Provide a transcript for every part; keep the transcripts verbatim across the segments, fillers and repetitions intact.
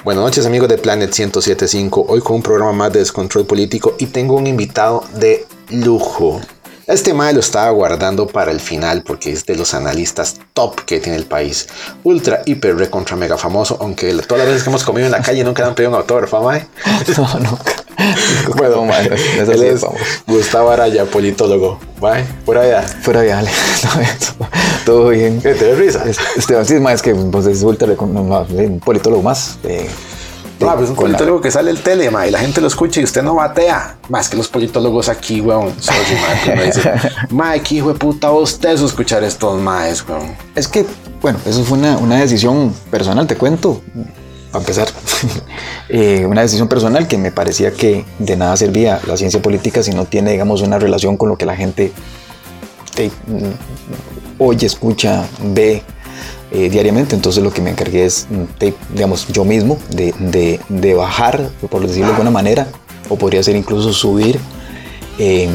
Buenas noches amigos de Planet ciento siete punto cinco, hoy con un programa más de Descontrol Político y tengo un invitado de lujo. Este mae lo estaba guardando para el final porque es de los analistas top que tiene el país. Ultra, hiper, recontra, mega famoso, aunque todas las veces que hemos comido en la calle nunca le han pedido un autógrafo, mae. No, nunca. Bueno, no, mae, eso él sí es vamos. Gustavo Araya, politólogo. Mae, por allá. Fuera de Ale, todo bien. ¿Qué, te ves risa? Este, sí, mae, es que pues, es ultra, un politólogo más. De, No, pues un politólogo la... que sale el tele, ma, y la gente lo escucha y usted no batea. Más que los politólogos aquí, weón. Sorry, ma, que me dicen, ma, qué hijo de puta ustedes escuchar estos maes, weón. Es que, bueno, eso fue una, una decisión personal, te cuento. Para empezar, eh, una decisión personal que me parecía que de nada servía la ciencia política si no tiene, digamos, una relación con lo que la gente eh, oye, escucha, ve. Eh, diariamente. Entonces lo que me encargué es, de, digamos, yo mismo de, de, de bajar, por decirlo de alguna manera, o podría ser incluso subir eh,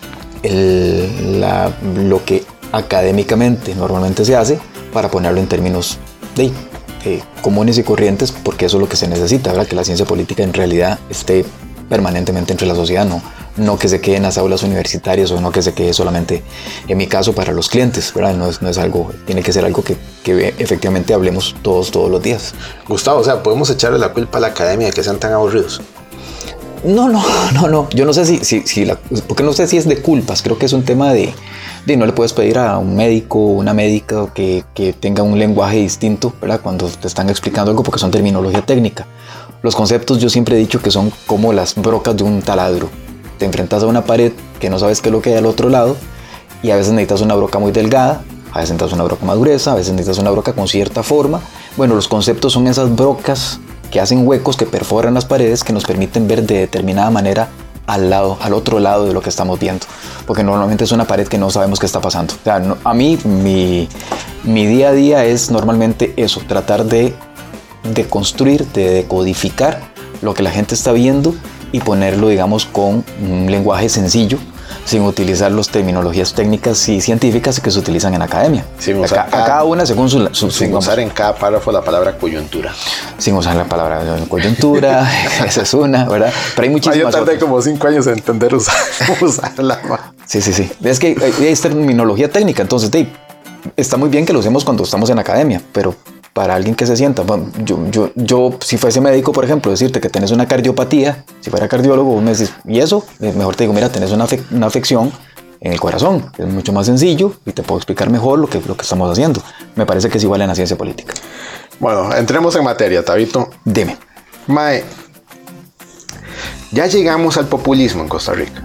el, la, lo que académicamente normalmente se hace para ponerlo en términos de, de comunes y corrientes, porque eso es lo que se necesita, ¿verdad? Que la ciencia política en realidad esté permanentemente entre la sociedad, no, no que se quede en las aulas universitarias o no que se quede solamente, en mi caso, para los clientes, ¿verdad? No es, no es algo, tiene que ser algo que, que efectivamente hablemos todos, todos los días. Gustavo, o sea, ¿podemos echarle la culpa a la academia de que sean tan aburridos? No, no, no, no. Yo no sé si, si, si la, porque no sé si es de culpas. Creo que es un tema de, de no le puedes pedir a un médico o una médica que, que tenga un lenguaje distinto, ¿verdad? Cuando te están explicando algo, porque son terminología técnica. Los conceptos yo siempre he dicho que son como las brocas de un taladro. Te enfrentas a una pared que no sabes qué es lo que hay al otro lado y a veces necesitas una broca muy delgada, a veces necesitas una broca más gruesa, a veces necesitas una broca con cierta forma. Bueno, los conceptos son esas brocas que hacen huecos, que perforan las paredes, que nos permiten ver de determinada manera al lado, al otro lado de lo que estamos viendo, porque normalmente es una pared que no sabemos qué está pasando. O sea, no, a mí mi, mi día a día es normalmente eso, tratar de de construir, de decodificar lo que la gente está viendo y ponerlo, digamos, con un lenguaje sencillo, sin utilizar las terminologías técnicas y científicas que se utilizan en academia. Sin usar a, cada, a cada una según su... su sin digamos, usar en cada párrafo la palabra coyuntura. Sin usar la palabra coyuntura, esa es una, ¿verdad? Pero hay muchísimas otras. Yo tardé otras. como cinco años en entender usar, usarla. Sí, sí, sí. Es que es terminología técnica, entonces, Dave, está muy bien que lo usemos cuando estamos en academia, pero para alguien que se sienta, bueno, yo, yo, yo si fuese médico, por ejemplo, decirte que tenés una cardiopatía, si fuera cardiólogo, vos me decís, ¿y eso? Mejor te digo, mira, tenés una, afe- una afección en el corazón, es mucho más sencillo y te puedo explicar mejor lo que, lo que estamos haciendo. Me parece que es igual en la ciencia política. Bueno, entremos en materia, Tabito. Dime. Mae, ya llegamos al populismo en Costa Rica.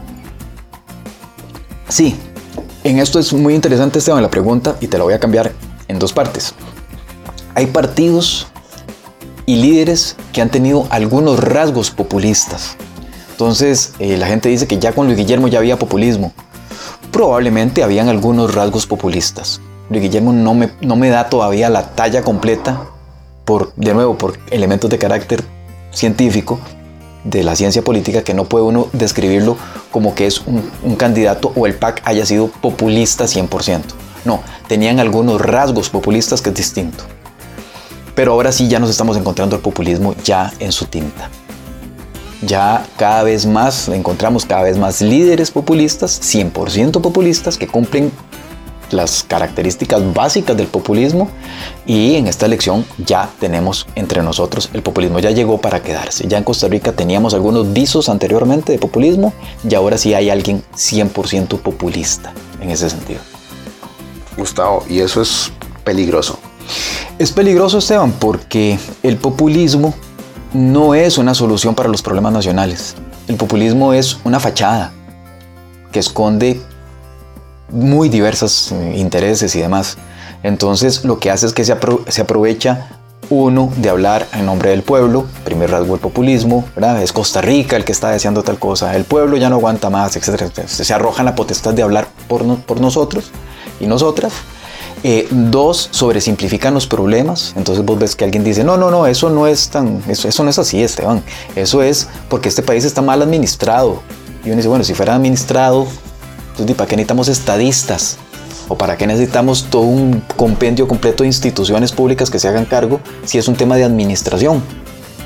Sí, en esto es muy interesante, Esteban, la pregunta, y te la voy a cambiar en dos partes. Hay partidos y líderes que han tenido algunos rasgos populistas. Entonces, eh, la gente dice que ya con Luis Guillermo ya había populismo. Probablemente habían algunos rasgos populistas. Luis Guillermo no me, no me da todavía la talla completa, por, de nuevo, por elementos de carácter científico de la ciencia política, que no puede uno describirlo como que es un, un candidato o el P A C haya sido populista cien por ciento. No, tenían algunos rasgos populistas que es distinto. Pero ahora sí ya nos estamos encontrando el populismo ya en su tinta. Ya cada vez más encontramos cada vez más líderes populistas, cien por ciento populistas, que cumplen las características básicas del populismo, y en esta elección ya tenemos entre nosotros el populismo. Ya llegó para quedarse. Ya en Costa Rica teníamos algunos visos anteriormente de populismo y ahora sí hay alguien cien por ciento populista en ese sentido. Gustavo, y eso es peligroso. Es peligroso, Esteban, porque el populismo no es una solución para los problemas nacionales. El populismo es una fachada que esconde muy diversos intereses y demás. Entonces lo que hace es que se, apro- se aprovecha uno de hablar en nombre del pueblo. Primer rasgo del populismo, ¿verdad? Es Costa Rica el que está deseando tal cosa, el pueblo ya no aguanta más, etcétera. Se arrojan la potestad de hablar por, no- por nosotros y nosotras. Eh, dos, sobresimplifican los problemas. Entonces vos ves que alguien dice, no, no, no, eso no es tan, eso, eso no es así, Esteban. Eso es porque este país está mal administrado. Y uno dice, bueno, si fuera administrado, entonces, ¿para qué necesitamos estadistas? ¿O para qué necesitamos todo un compendio completo de instituciones públicas que se hagan cargo si es un tema de administración?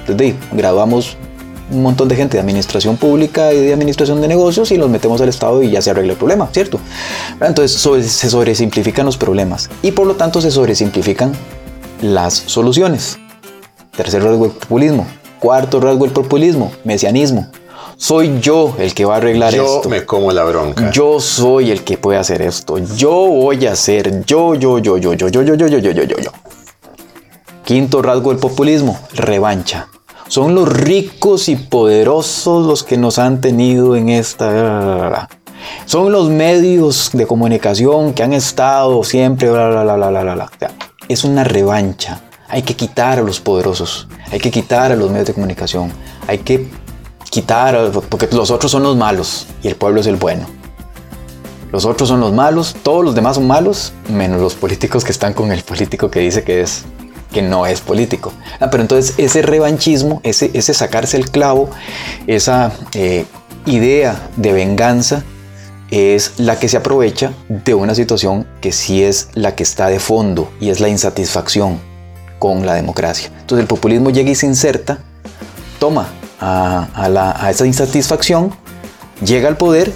Entonces, graduamos un montón de gente de administración pública y de administración de negocios y los metemos al Estado y ya se arregla el problema, ¿cierto? Entonces sobre, se sobresimplifican los problemas y por lo tanto se sobresimplifican las soluciones. Tercer rasgo del populismo. Cuarto rasgo del populismo, mesianismo. Soy yo el que va a arreglar yo esto. Yo me como la bronca. Yo soy el que puede hacer esto. Yo voy a hacer. Yo, yo, yo, yo, yo, yo, yo, yo, yo, yo, yo, yo, yo. Quinto rasgo del populismo, revancha. Son los ricos y poderosos los que nos han tenido en esta... Son los medios de comunicación que han estado siempre... Bla, bla, bla, bla, bla, bla. O sea, es una revancha. Hay que quitar a los poderosos. Hay que quitar a los medios de comunicación. Hay que quitar... A, porque los otros son los malos y el pueblo es el bueno. Los otros son los malos. Todos los demás son malos, menos los políticos que están con el político que dice que es... que no es político. Ah, pero entonces ese revanchismo, ese, ese sacarse el clavo, esa eh, idea de venganza es la que se aprovecha de una situación que sí es la que está de fondo y es la insatisfacción con la democracia. Entonces el populismo llega y se inserta, toma a, a, la, a esa insatisfacción, llega al poder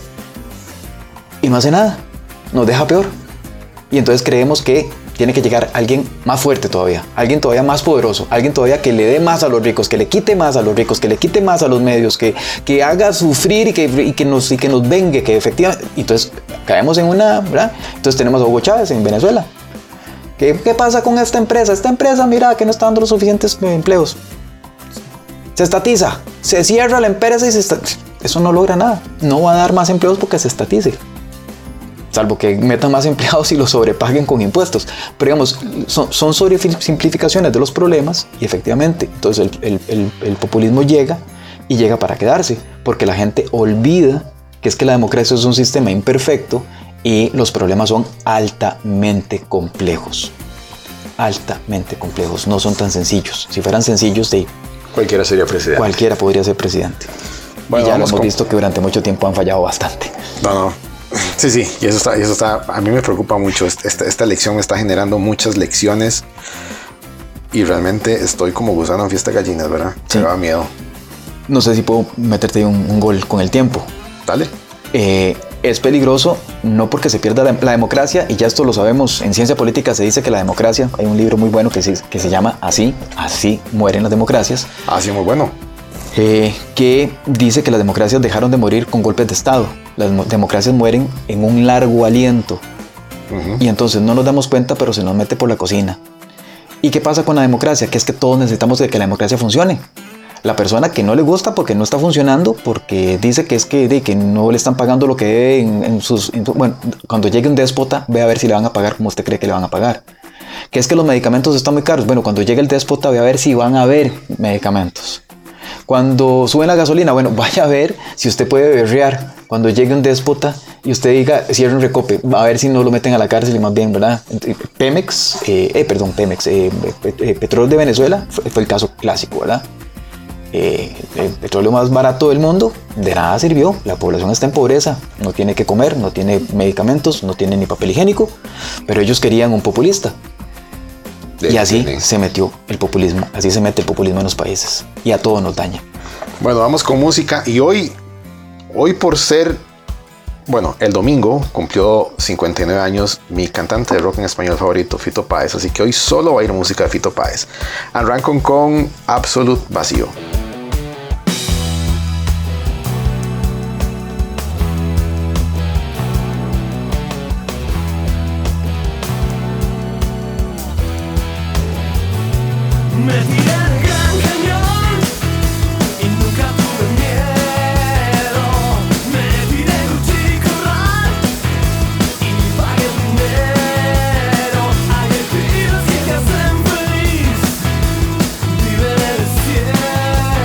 y no hace nada, nos deja peor. Y entonces creemos que tiene que llegar alguien más fuerte todavía, alguien todavía más poderoso, alguien todavía que le dé más a los ricos, que le quite más a los ricos, que le quite más a los medios, que, que haga sufrir y que, y, que nos, y que nos vengue, que efectivamente... Entonces caemos en una... ¿verdad? Entonces tenemos a Hugo Chávez en Venezuela. ¿Qué, ¿Qué pasa con esta empresa? Esta empresa, mira, que no está dando los suficientes empleos. Se estatiza, se cierra la empresa y se estatiza. Eso no logra nada. No va a dar más empleos porque se estatice. Salvo que metan más empleados y los sobrepaguen con impuestos. Pero digamos, son, son sobresimplificaciones de los problemas y efectivamente, entonces el, el, el, el populismo llega y llega para quedarse, porque la gente olvida que es que la democracia es un sistema imperfecto y los problemas son altamente complejos. Altamente complejos, no son tan sencillos. Si fueran sencillos, de cualquiera sería presidente. Cualquiera podría ser presidente. Bueno, y ya lo hemos con... visto que durante mucho tiempo han fallado bastante. No, no. Sí, sí, y eso está, y eso está, a mí me preocupa mucho. Esta, esta elección me está generando muchas lecciones y realmente estoy como gusano en fiesta de gallinas, ¿verdad? Sí. Me da miedo. No sé si puedo meterte un, un gol con el tiempo. Dale. Eh, es peligroso, no porque se pierda la, la democracia, y ya esto lo sabemos, en ciencia política se dice que la democracia, hay un libro muy bueno que se, que se llama Así, así mueren las democracias. Así, muy bueno. Eh, que dice que las democracias dejaron de morir con golpes de Estado. Las democracias mueren en un largo aliento. Uh-huh. Y entonces no nos damos cuenta, pero se nos mete por la cocina. ¿Y qué pasa con la democracia? Que es que todos necesitamos de que la democracia funcione. La persona que no le gusta porque no está funcionando, porque dice que es que, de, que no le están pagando lo que debe en, en sus... En, bueno, cuando llegue un déspota, ve a ver si le van a pagar como usted cree que le van a pagar. Que es que los medicamentos están muy caros. Bueno, cuando llegue el déspota, ve a ver si van a haber medicamentos. Cuando suben la gasolina, bueno, vaya a ver si usted puede berrear. Cuando llegue un déspota y usted diga, cierre un recope, a ver si no lo meten a la cárcel y más bien, ¿verdad? Pemex, eh, eh, perdón, Pemex, eh, eh, Petróleo de Venezuela fue, fue el caso clásico, ¿verdad? Eh, el petróleo más barato del mundo, de nada sirvió. La población está en pobreza, no tiene que comer, no tiene medicamentos, no tiene ni papel higiénico, pero ellos querían un populista. Y así se metió el populismo, así se mete el populismo en los países y a todo nos daña. Bueno, vamos con música y hoy, hoy por ser, bueno, el domingo cumplió cincuenta y nueve años mi cantante de rock en español favorito, Fito Páez, así que hoy solo va a ir música de Fito Páez. Arranco con Absolute Vacío. Me tiré al Gran Cañón y nunca tuve miedo. Me tiré en un chico rap y ni pagué dinero. Hay vidas que te hacen feliz, vive en el cielo.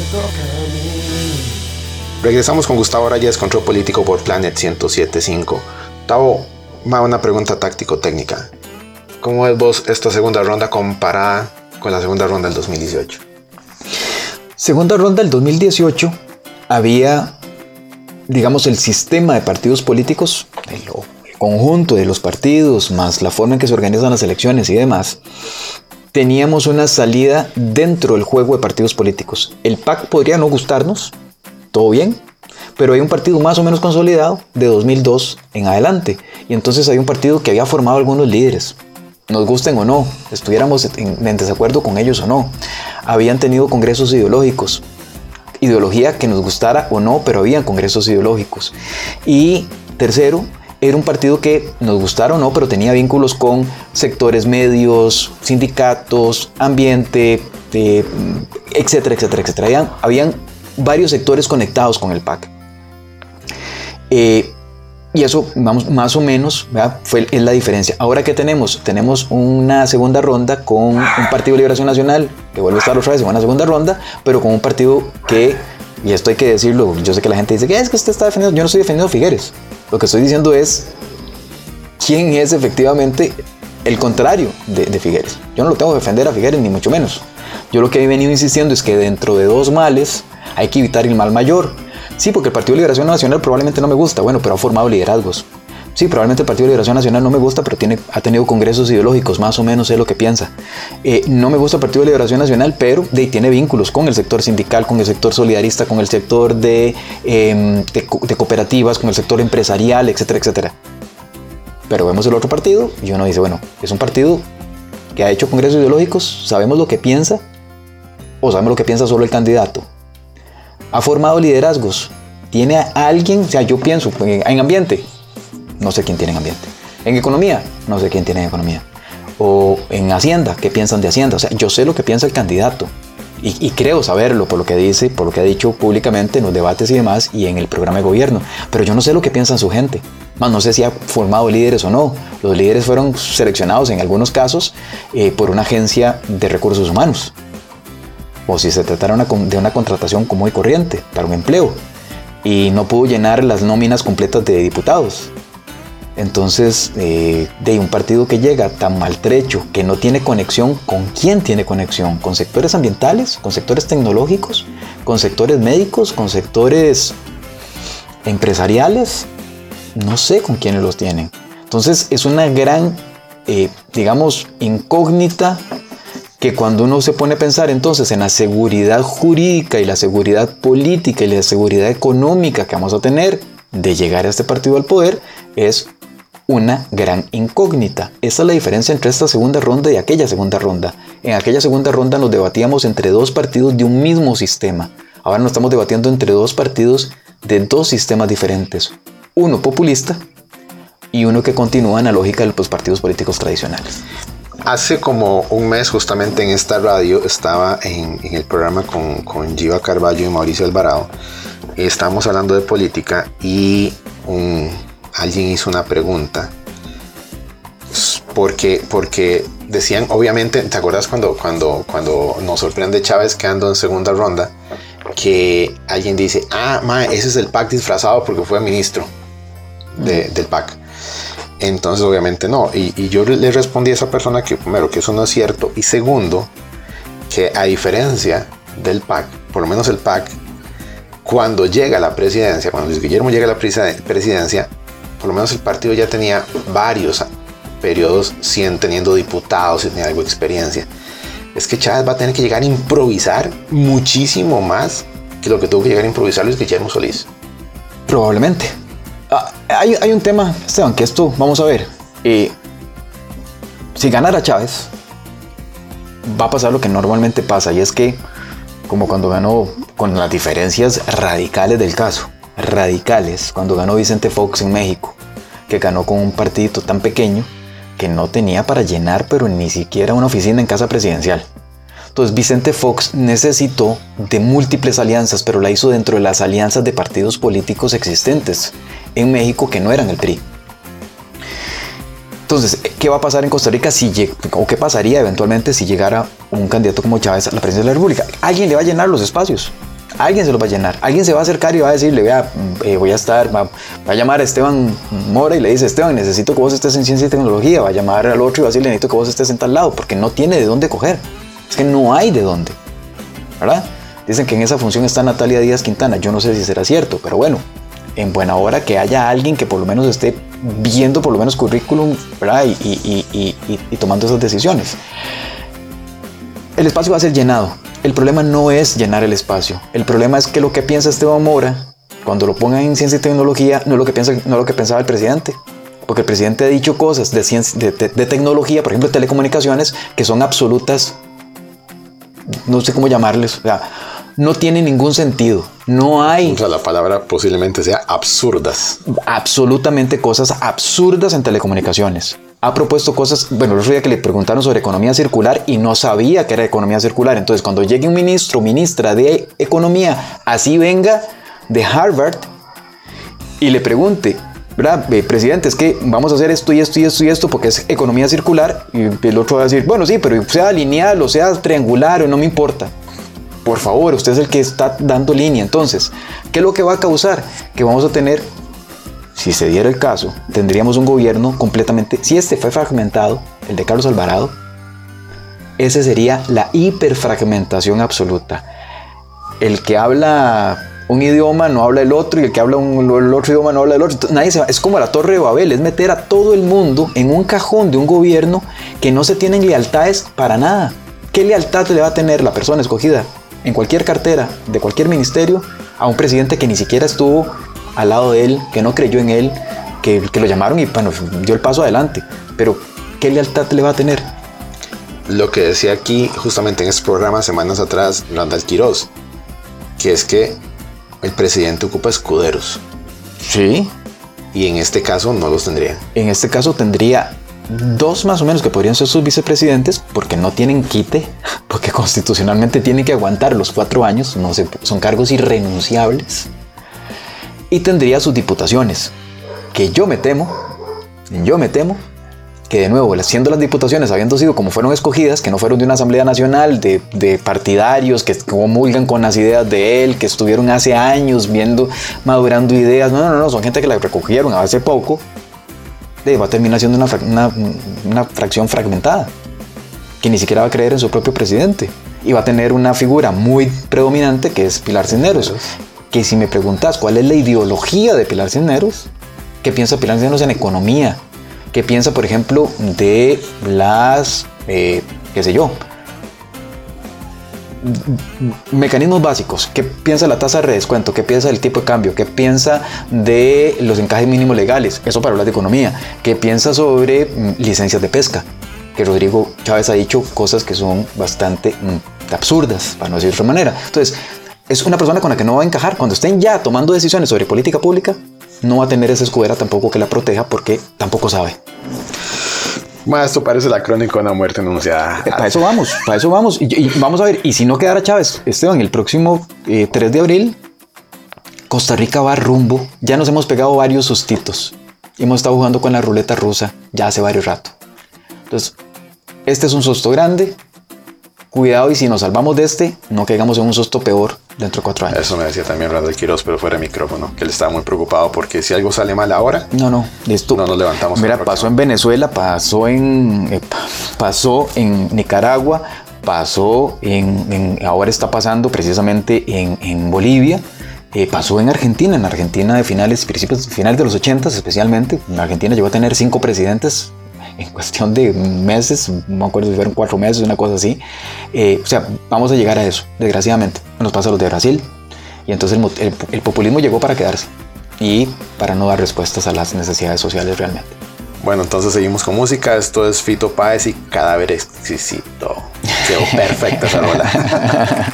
toca a mí. Regresamos con Gustavo Araya, Descontrol Político por Planet ciento siete punto cinco. Gustavo, va una pregunta táctico-técnica. ¿Cómo ves vos esta segunda ronda comparada con la segunda ronda del dos mil dieciocho? Segunda ronda del dos mil dieciocho había, digamos, el sistema de partidos políticos, el conjunto de los partidos, más la forma en que se organizan las elecciones y demás. Teníamos una salida dentro del juego de partidos políticos. El P A C podría no gustarnos, todo bien, pero hay un partido más o menos consolidado de dos mil dos en adelante. Y entonces hay un partido que había formado algunos líderes, nos gusten o no, estuviéramos en, en desacuerdo con ellos o no. Habían tenido congresos ideológicos, ideología que nos gustara o no, pero habían congresos ideológicos. Y tercero, era un partido que nos gustara o no, pero tenía vínculos con sectores medios, sindicatos, ambiente, eh, etcétera, etcétera, etcétera. Habían, habían varios sectores conectados con el P A C. Eh, y eso, vamos, más o menos, ¿verdad? Fue, es la diferencia. Ahora, ¿qué tenemos? Tenemos una segunda ronda con un Partido de Liberación Nacional, que vuelve a estar otra vez en una segunda ronda, pero con un partido que, y esto hay que decirlo, yo sé que la gente dice, ¿qué es que usted está defendiendo? Yo no estoy defendiendo a Figueres. Lo que estoy diciendo es quién es efectivamente el contrario de, de Figueres. Yo no lo tengo que defender a Figueres, ni mucho menos. Yo lo que he venido insistiendo es que dentro de dos males hay que evitar el mal mayor. Sí, porque el Partido de Liberación Nacional probablemente no me gusta, bueno, pero ha formado liderazgos. Sí, probablemente el Partido de Liberación Nacional no me gusta, pero tiene, ha tenido congresos ideológicos, más o menos sé lo que piensa. Eh, no me gusta el Partido de Liberación Nacional, pero de, tiene vínculos con el sector sindical, con el sector solidarista, con el sector de, eh, de, de cooperativas, con el sector empresarial, etcétera, etcétera. Pero vemos el otro partido y uno dice, bueno, es un partido que ha hecho congresos ideológicos, sabemos lo que piensa o sabemos lo que piensa solo el candidato. Ha formado liderazgos, tiene a alguien, o sea, yo pienso en ambiente, no sé quién tiene en ambiente. En economía, no sé quién tiene en economía. O en Hacienda, ¿qué piensan de Hacienda? O sea, yo sé lo que piensa el candidato. Y, y creo saberlo por lo que dice, por lo que ha dicho públicamente en los debates y demás y en el programa de gobierno. Pero yo no sé lo que piensa su gente. Más no sé si ha formado líderes o no. Los líderes fueron seleccionados en algunos casos eh, por una agencia de recursos humanos. O si se tratara una, de una contratación común y corriente para un empleo. Y no pudo llenar las nóminas completas de diputados. Entonces, eh, de un partido que llega tan maltrecho, que no tiene conexión, ¿con quién tiene conexión? ¿Con sectores ambientales? ¿Con sectores tecnológicos? ¿Con sectores médicos? ¿Con sectores empresariales? No sé con quiénes los tienen. Entonces, es una gran, eh, digamos, incógnita que cuando uno se pone a pensar entonces en la seguridad jurídica y la seguridad política y la seguridad económica que vamos a tener de llegar a este partido al poder, es una gran incógnita. Esa es la diferencia entre esta segunda ronda y aquella segunda ronda. En aquella segunda ronda nos debatíamos entre dos partidos de un mismo sistema. Ahora nos estamos debatiendo entre dos partidos de dos sistemas diferentes. Uno populista y uno que continúa en la lógica de los partidos políticos tradicionales. Hace como un mes justamente en esta radio estaba en, en el programa con, con Giva Carballo y Mauricio Alvarado. Estábamos hablando de política y un, alguien hizo una pregunta porque, porque decían, obviamente, ¿te acuerdas cuando, cuando, cuando nos sorprende Chávez quedando en segunda ronda? Que alguien dice, ah, ma, ese es el P A C disfrazado porque fue ministro de, del P A C. Entonces obviamente no, y, y yo le respondí a esa persona que primero que eso no es cierto y segundo que a diferencia del P A C, por lo menos el P A C cuando llega a la presidencia, cuando Luis Guillermo llega a la presidencia, por lo menos el partido ya tenía varios periodos sin, teniendo diputados y tenía algo de experiencia. Es que Chávez va a tener que llegar a improvisar muchísimo más que lo que tuvo que llegar a improvisar Luis Guillermo Solís. Probablemente. Ah, hay, hay un tema, Esteban, que esto, vamos a ver, eh, si ganara Chávez, va a pasar lo que normalmente pasa, y es que, como cuando ganó, con las diferencias radicales del caso, radicales, cuando ganó Vicente Fox en México, que ganó con un partidito tan pequeño, que no tenía para llenar, pero ni siquiera una oficina en casa presidencial. Entonces Vicente Fox necesitó de múltiples alianzas, pero la hizo dentro de las alianzas de partidos políticos existentes en México que no eran el P R I. Entonces, ¿qué va a pasar en Costa Rica si lleg- o qué pasaría eventualmente si llegara un candidato como Chávez a la presidencia de la República? Alguien le va a llenar los espacios. Alguien se los va a llenar. Alguien se va a acercar y va a decirle, vea, eh, voy a estar, va, va a llamar a Esteban Mora y le dice, Esteban, necesito que vos estés en ciencia y tecnología. Va a llamar al otro y va a decirle, necesito que vos estés en tal lado, porque no tiene de dónde coger. Es que no hay de dónde, ¿verdad? Dicen que en esa función está Natalia Díaz Quintana. Yo no sé si será cierto, pero bueno, en buena hora que haya alguien que por lo menos esté viendo por lo menos currículum, ¿verdad? Y, y, y, y, y tomando esas decisiones. El espacio va a ser llenado. El problema no es llenar el espacio. El problema es que lo que piensa Esteban Mora, cuando lo pongan en ciencia y tecnología, no es lo que, piensa, no es lo que pensaba el presidente. Porque el presidente ha dicho cosas de, ciencia, de, de, de tecnología, por ejemplo, telecomunicaciones, que son absolutas, no sé cómo llamarles, o sea, no tiene ningún sentido. No hay... O sea, la palabra posiblemente sea absurdas. Absolutamente cosas absurdas en telecomunicaciones. Ha propuesto cosas, bueno, el otro día que le preguntaron sobre economía circular y no sabía que era economía circular. Entonces, cuando llegue un ministro o ministra de economía, así venga de Harvard y le pregunte, ¿verdad? Eh, presidente, es que vamos a hacer esto y esto y esto y esto porque es economía circular, y el otro va a decir, bueno, sí, pero sea lineal o sea triangular o no me importa. Por favor, usted es el que está dando línea. Entonces, ¿qué es lo que va a causar? Que vamos a tener, si se diera el caso, tendríamos un gobierno completamente, si este fue fragmentado, el de Carlos Alvarado, ese sería la hiperfragmentación absoluta. El que habla un idioma no habla el otro y el que habla un, el otro idioma no habla el otro. Nadie se va. Es como la Torre de Babel, es meter a todo el mundo en un cajón de un gobierno que no se tienen lealtades para nada. ¿Qué lealtad le va a tener la persona escogida en cualquier cartera de cualquier ministerio a un presidente que ni siquiera estuvo al lado de él, que no creyó en él, que, que lo llamaron y bueno, dio el paso adelante? Pero ¿qué lealtad le va a tener? Lo que decía aquí justamente en este programa semanas atrás Randall Quiroz, que es que el presidente ocupa escuderos. Sí. Y en este caso no los tendría. En este caso tendría dos más o menos que podrían ser sus vicepresidentes, porque no tienen quite, porque constitucionalmente tienen que aguantar los cuatro años, no se, son cargos irrenunciables. Y tendría sus diputaciones, que yo me temo, yo me temo, que de nuevo, siendo las diputaciones, habiendo sido como fueron escogidas, que no fueron de una asamblea nacional, de, de partidarios que comulgan con las ideas de él, que estuvieron hace años viendo, madurando ideas, no, no, no, son gente que la recogieron hace poco, de, va a terminar siendo una, una, una fracción fragmentada, que ni siquiera va a creer en su propio presidente, y va a tener una figura muy predominante que es Pilar Cisneros, que si me preguntas cuál es la ideología de Pilar Cisneros, ¿qué piensa Pilar Cisneros en economía? ¿Qué piensa, por ejemplo, de las, eh, qué sé yo, mecanismos básicos? ¿Qué piensa la tasa de redescuento? ¿Qué piensa del tipo de cambio? ¿Qué piensa de los encajes mínimos legales? Eso para hablar de economía. ¿Qué piensa sobre mm, licencias de pesca? Que Rodrigo Chávez ha dicho cosas que son bastante mm, absurdas, para no decir de otra manera. Entonces, es una persona con la que no va a encajar. Cuando estén ya tomando decisiones sobre política pública, no va a tener esa escudera tampoco que la proteja porque tampoco sabe. Bueno, esto parece la crónica de una muerte anunciada. Eh, para eso vamos, para eso vamos. Y, y vamos a ver, y si no quedara Chávez, Esteban, el próximo eh, tres de abril, Costa Rica va rumbo. Ya nos hemos pegado varios sustitos. Hemos estado jugando con la ruleta rusa ya hace varios rato. Entonces, este es un susto grande. Cuidado, y si nos salvamos de este, no caigamos en un susto peor dentro de cuatro años. Eso me decía también Randall Quiroz, pero fuera de micrófono, que él estaba muy preocupado porque si algo sale mal ahora, no, no, esto, no nos levantamos. Mira, pasó en Venezuela, pasó en, eh, pasó en Nicaragua, pasó en, en, ahora está pasando precisamente en, en Bolivia, eh, pasó en Argentina, en Argentina de finales, principios, finales de los ochentas especialmente. En Argentina llegó a tener cinco presidentes en cuestión de meses, no me acuerdo si fueron cuatro meses, una cosa así. Eh, o sea, vamos a llegar a eso, desgraciadamente. Nos pasa a los de Brasil. Y entonces el, el, el populismo llegó para quedarse y para no dar respuestas a las necesidades sociales realmente. Bueno, entonces seguimos con música. Esto es Fito Páez y Cadáver Exquisito. Quedó perfecta esa rola.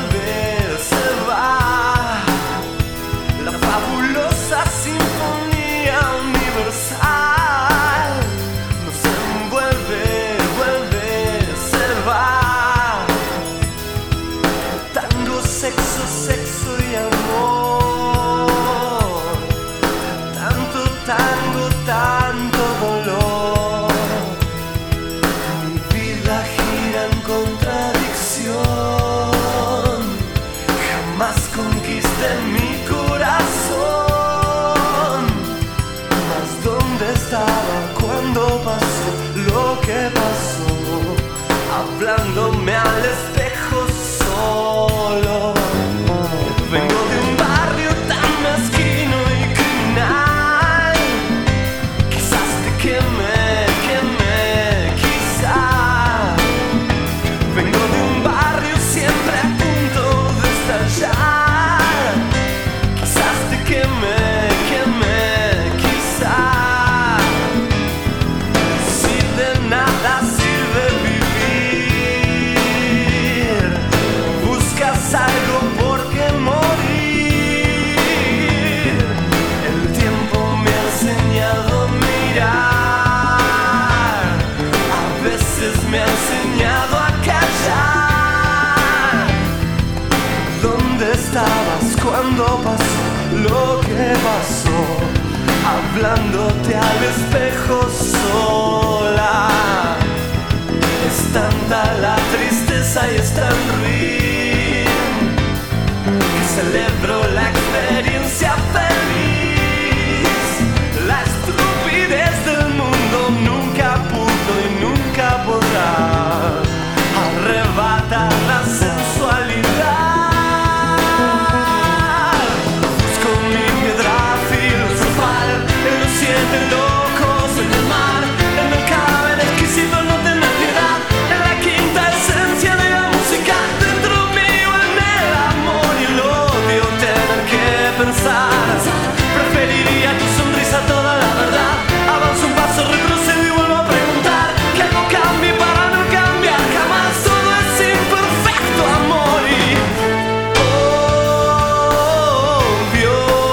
Fabulosa sinfonía hablándome al espejo solo. Vengo de un barrio tan mezquino y criminal. Quizás te queme, queme, quizás. Vengo de un barrio siempre a punto de estallar. Quizás te queme, queme, quizás. Si de nada sirve vivir, buscas algo por qué morir. El tiempo me ha enseñado a mirar, a veces me ha enseñado a callar. ¿Dónde estabas cuando pasó lo que pasó? Hablándote al espejo sola. Es tanta la tristeza y es tan ruin que celebro la experiencia feliz. La estupidez del mundo nunca pudo y nunca podrá arrebatar la sensualidad. Busco mi piedra filosofal en los siete locos, en el mar, en el cadáver exquisito, no tener piedad, en la quinta esencia de la música, dentro mío en el amor y el odio, tener que pensar. Preferiría tu sonrisa a toda la verdad. Avanzo un paso, retrocedo y vuelvo a preguntar que algo cambie para no cambiar jamás. Todo es imperfecto, amor, y obvio.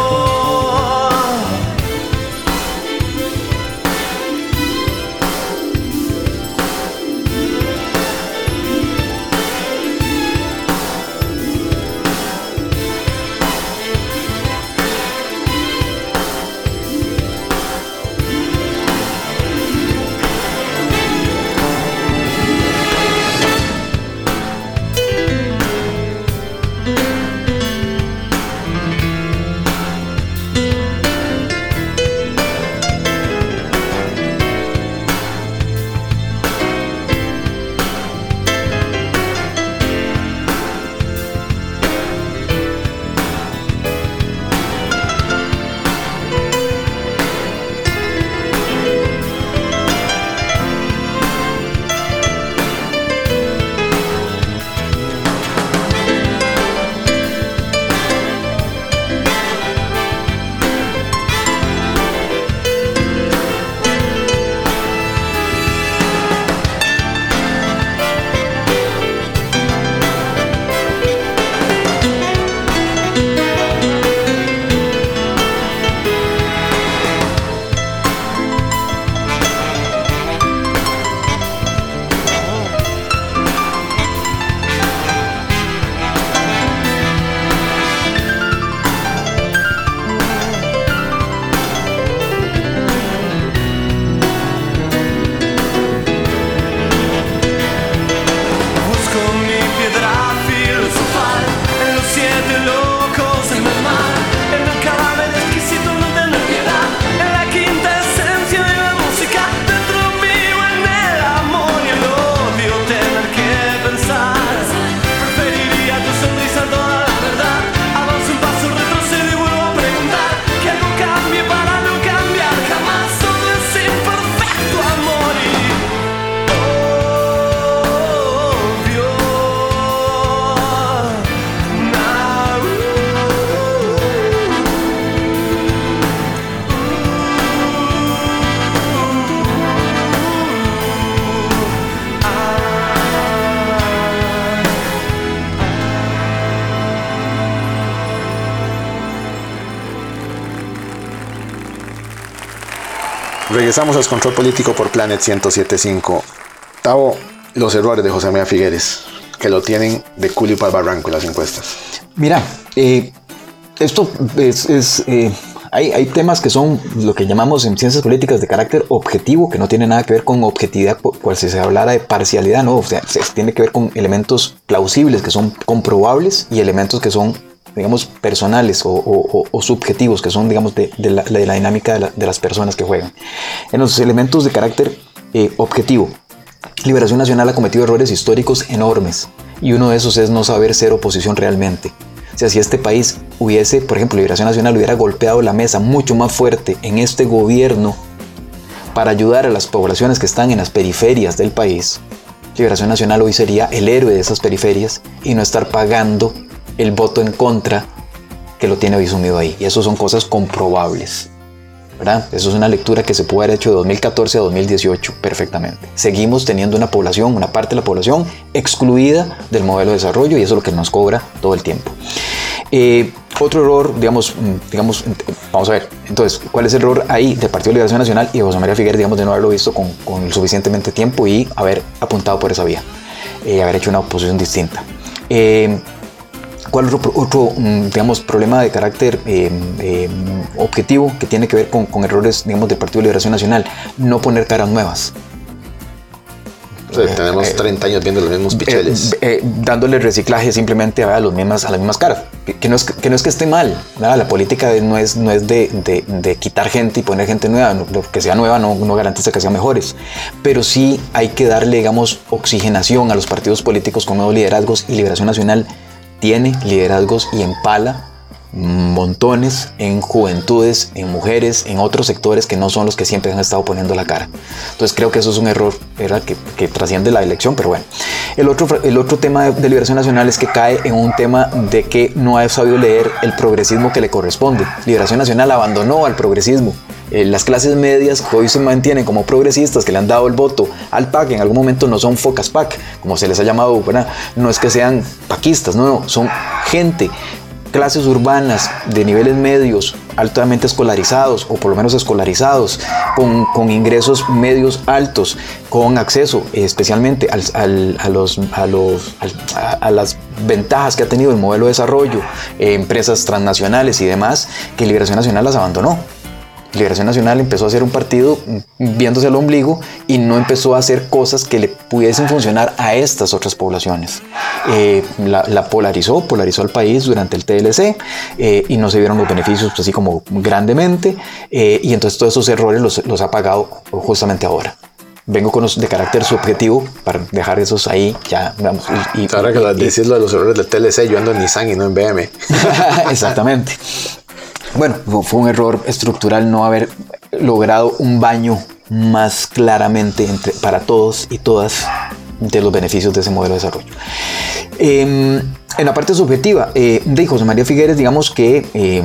Busco mi piedra filosofal en los siete locos, en el mar, en el cadáver exquisito, no tener piedad, en la quinta esencia de la música, dentro mío en el amor y el odio, tener que pensar. Preferiría tu sonrisa a toda la verdad. Avanzo un paso, retrocedo y vuelvo a preguntar que algo cambie para no cambiar jamás. Todo es imperfecto, amor, y obvio. Now, Regresamos al Control Político por Planet ciento siete punto cinco. Tavo, los errores de José María Figueres, que lo tienen de culo para el barranco en las encuestas. Mira, eh, esto es... es, eh, hay, hay temas que son lo que llamamos en ciencias políticas de carácter objetivo, que no tiene nada que ver con objetividad, cual si se hablara de parcialidad, ¿no? O sea, se tiene que ver con elementos plausibles, que son comprobables, y elementos que son, digamos, personales o, o, o subjetivos, que son, digamos, de, de, la, de la dinámica de, la, de las personas que juegan. En los elementos de carácter eh, objetivo, Liberación Nacional ha cometido errores históricos enormes y uno de esos es no saber ser oposición realmente. O sea, si este país hubiese, por ejemplo, Liberación Nacional hubiera golpeado la mesa mucho más fuerte en este gobierno para ayudar a las poblaciones que están en las periferias del país, Liberación Nacional hoy sería el héroe de esas periferias y no estar pagando el voto en contra que lo tiene hoy sumido ahí. Y eso son cosas comprobables, ¿verdad? Eso es una lectura que se puede haber hecho de dos mil catorce a dos mil dieciocho perfectamente. Seguimos teniendo una población, una parte de la población excluida del modelo de desarrollo y eso es lo que nos cobra todo el tiempo. Eh, otro error, digamos, digamos, vamos a ver, entonces, ¿cuál es el error ahí del Partido de Liberación Nacional y de José María Figueres, digamos, de no haberlo visto con, con suficientemente tiempo y haber apuntado por esa vía, eh, haber hecho una oposición distinta? Eh, ¿Cuál otro, otro, digamos, problema de carácter eh, eh, objetivo que tiene que ver con, con errores, digamos, del Partido de Liberación Nacional? No poner caras nuevas. O sea, tenemos treinta años viendo los mismos picheles. Eh, eh, dándole reciclaje simplemente a, los mismas, a las mismas caras. Que, que, no es, que no es que esté mal, ¿verdad? La política no es, no es de, de, de quitar gente y poner gente nueva. Lo que sea nueva no, no garantiza que sean mejores. Pero sí hay que darle, digamos, oxigenación a los partidos políticos con nuevos liderazgos y Liberación Nacional tiene liderazgos y empala montones en juventudes, en mujeres, en otros sectores que no son los que siempre han estado poniendo la cara. Entonces creo que eso es un error, ¿verdad? Que, que trasciende la elección, pero bueno. El otro, el otro tema de, de Liberación Nacional es que cae en un tema de que no ha sabido leer el progresismo que le corresponde. Liberación Nacional abandonó al progresismo. Eh, las clases medias que hoy se mantienen como progresistas, que le han dado el voto al P A C, en algún momento no son focas P A C, como se les ha llamado, ¿verdad? No es que sean paquistas, no, no, son gente, clases urbanas de niveles medios, altamente escolarizados o por lo menos escolarizados, con, con ingresos medios altos, con acceso eh, especialmente al, al, a, los, a, los, al, a, a las ventajas que ha tenido el modelo de desarrollo, eh, empresas transnacionales y demás, que Liberación Nacional las abandonó. Liberación Nacional empezó a hacer un partido viéndose al ombligo y no empezó a hacer cosas que le pudiesen funcionar a estas otras poblaciones. Eh, la, la polarizó, polarizó al país durante el T L C eh, y no se vieron los beneficios pues, así como grandemente eh, y entonces todos esos errores los, los ha pagado justamente ahora. Vengo con los de carácter subjetivo para dejar esos ahí ya. Vamos, y, y, Ahora que y, decís lo de los errores del T L C, yo ando en Nissan y no en B M. Exactamente. Bueno, fue un error estructural no haber logrado un baño más claramente entre, para todos y todas de los beneficios de ese modelo de desarrollo. Eh, en la parte subjetiva eh, de José María Figueres, digamos que eh,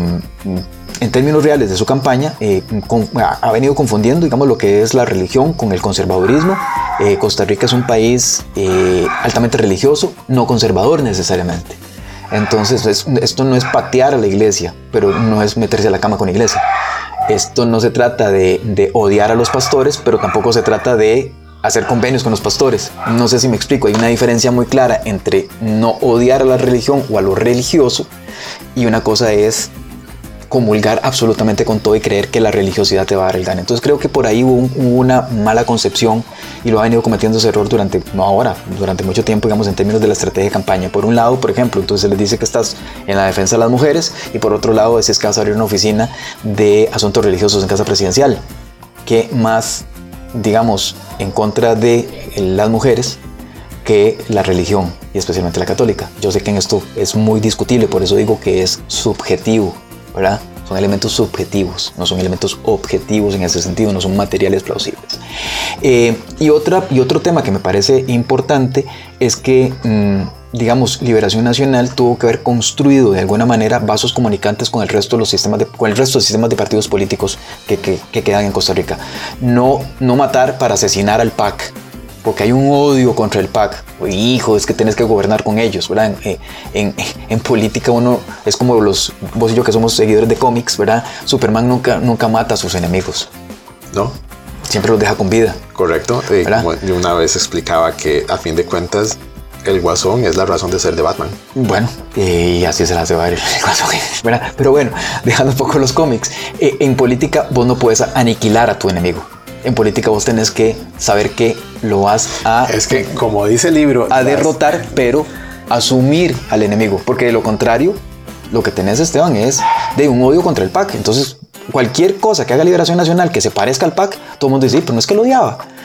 en términos reales de su campaña eh, con, ha, ha venido confundiendo, digamos, lo que es la religión con el conservadurismo. Eh, Costa Rica es un país eh, altamente religioso, no conservador necesariamente. Entonces, es, esto no es patear a la iglesia, pero no es meterse a la cama con la iglesia. Esto no se trata de, de odiar a los pastores, pero tampoco se trata de hacer convenios con los pastores. No sé si me explico. Hay una diferencia muy clara entre no odiar a la religión o a lo religioso y una cosa es comulgar absolutamente con todo y creer que la religiosidad te va a dar el gane. Entonces creo que por ahí hubo, un, hubo una mala concepción y lo ha venido cometiendo ese error durante, no ahora, durante mucho tiempo, digamos, en términos de la estrategia de campaña. Por un lado, por ejemplo, entonces se les dice que estás en la defensa de las mujeres y por otro lado decís que vas a abrir una oficina de asuntos religiosos en Casa Presidencial. ¿Qué más, digamos, en contra de las mujeres que la religión y especialmente la católica? Yo sé que en esto es muy discutible, por eso digo que es subjetivo, ¿verdad? Son elementos subjetivos, no son elementos objetivos en ese sentido, no son materiales plausibles. Eh, y, otra, y otro tema que me parece importante es que, mmm, digamos, Liberación Nacional tuvo que haber construido de alguna manera vasos comunicantes con el resto de los sistemas de, con el resto de sistemas de partidos políticos que, que, que quedan en Costa Rica. No, no matar para asesinar al P A C. Porque hay un odio contra el P A C. Hijo, es que tenés que gobernar con ellos, ¿verdad? En, en, en política uno es como los, vos y yo que somos seguidores de cómics, ¿verdad? Superman nunca, nunca mata a sus enemigos. ¿No? Siempre los deja con vida. Correcto. Y como yo una vez explicaba que a fin de cuentas el Guasón es la razón de ser de Batman. Bueno, y así se la hace ver el Guasón, ¿verdad? Pero bueno, dejando un poco los cómics. Eh, en política vos no puedes aniquilar a tu enemigo. En política vos tenés que saber que lo vas a... Es que, como dice el libro... A derrotar, pero asumir al enemigo. Porque de lo contrario, lo que tenés, Esteban, es de un odio contra el P A C. Entonces, cualquier cosa que haga Liberación Nacional que se parezca al P A C, todo el mundo dice, pero no es que lo odiaba.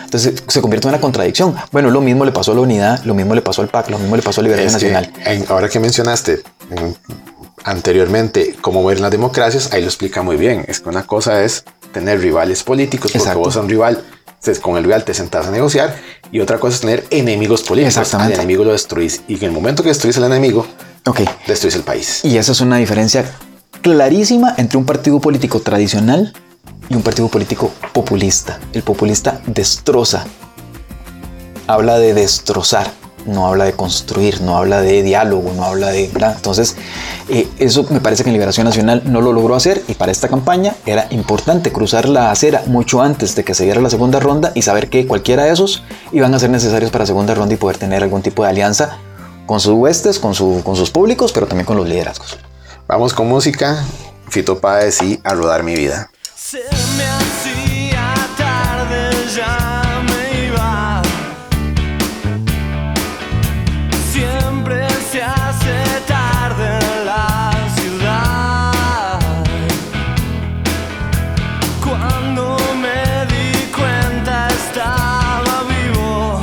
Entonces se convierte en una contradicción. Bueno, lo mismo le pasó a la Unidad, lo mismo le pasó al P A C, lo mismo le pasó a Liberación Es que, Nacional. en- ahora que mencionaste en- anteriormente cómo ver las democracias, ahí lo explica muy bien. Es que una cosa es tener rivales políticos, porque Exacto. vos a un rival, entonces, con el rival te sentás a negociar, y otra cosa es tener enemigos políticos. Exactamente. Al enemigo lo destruís, y en el momento que destruís al enemigo, Ok. destruís el país. Y esa es una diferencia clarísima entre un partido político tradicional y un partido político populista. El populista destroza, habla de destrozar, no habla de construir, no habla de diálogo, no habla de... ¿verdad? Entonces, eh, eso me parece que en Liberación Nacional no lo logró hacer, y para esta campaña era importante cruzar la acera mucho antes de que se diera la segunda ronda y saber que cualquiera de esos iban a ser necesarios para la segunda ronda y poder tener algún tipo de alianza con sus huestes, con, su, con sus públicos, pero también con los liderazgos. Vamos con música. Fito Páez y A Rodar Mi Vida. Se me hacía tarde, ya me iba. Siempre se hace tarde en la ciudad. Cuando me di cuenta estaba vivo.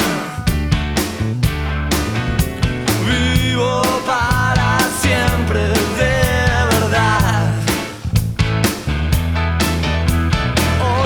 Vivo para siempre, de verdad.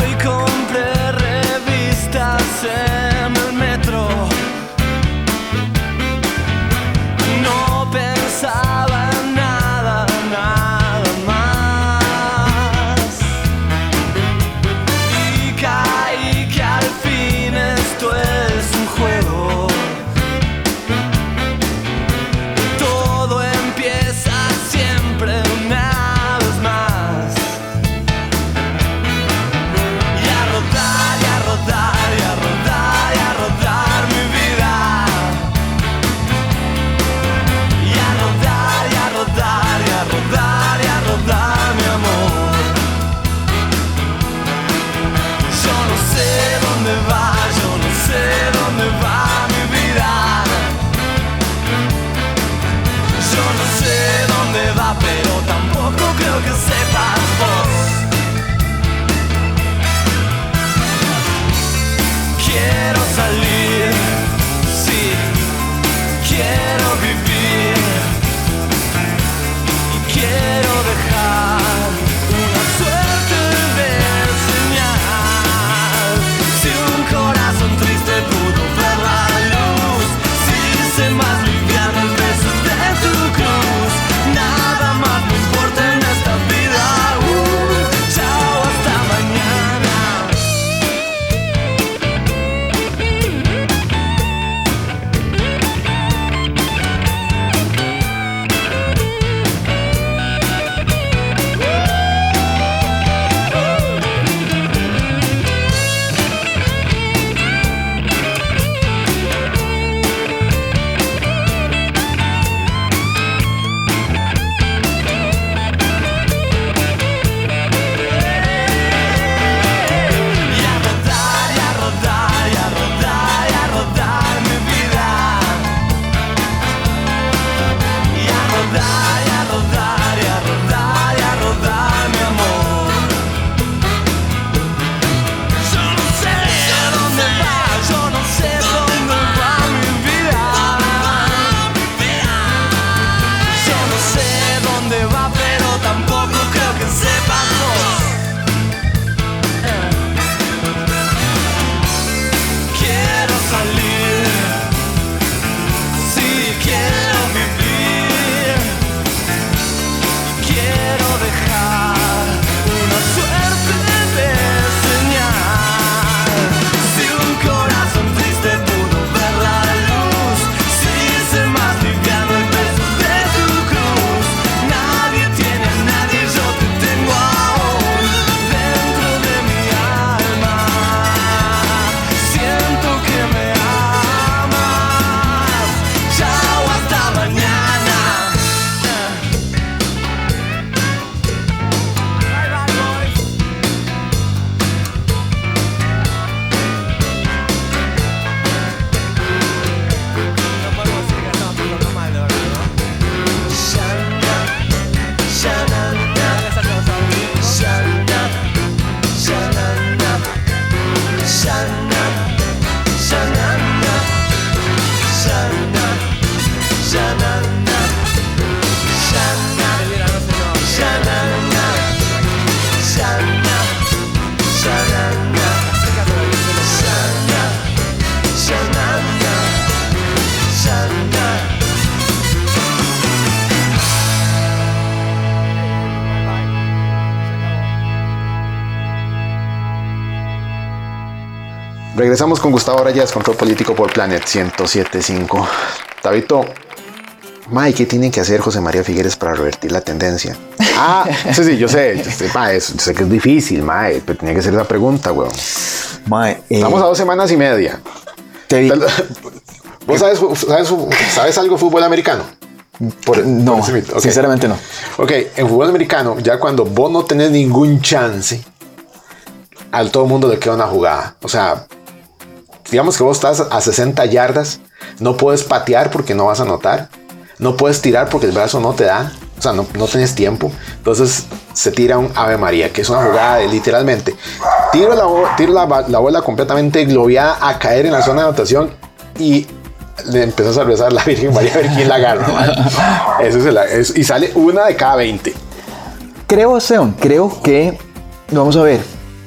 Regresamos con Gustavo Reyes, Control Político por Planet ciento siete punto cinco. Tabito, mae, ¿qué tiene que hacer José María Figueres para revertir la tendencia? Ah, sí, sí, yo sé, yo sé, mae, yo sé que es difícil, mae, pero tenía que hacer esa pregunta, weón. Mae, eh, Estamos a dos semanas y media. te di- ¿Vos sabes, sabes, sabes algo de fútbol americano? Por, no, por encimita, ok. sinceramente no. Ok, en fútbol americano, ya cuando vos no tenés ningún chance, al todo mundo le queda una jugada. O sea, digamos que vos estás a sesenta yardas, no puedes patear porque no vas a anotar, no puedes tirar porque el brazo no te da, o sea, no, no tienes tiempo. Entonces se tira un Ave María, que es una jugada de literalmente tiro la, bo- tiro la, ba- la bola completamente globeada a caer en la zona de anotación y le empezás a rezar la Virgen María a ver quién la agarra, ¿no? Eso es el- es- y sale una de cada veinte. Creo, Esteban, creo que, vamos a ver,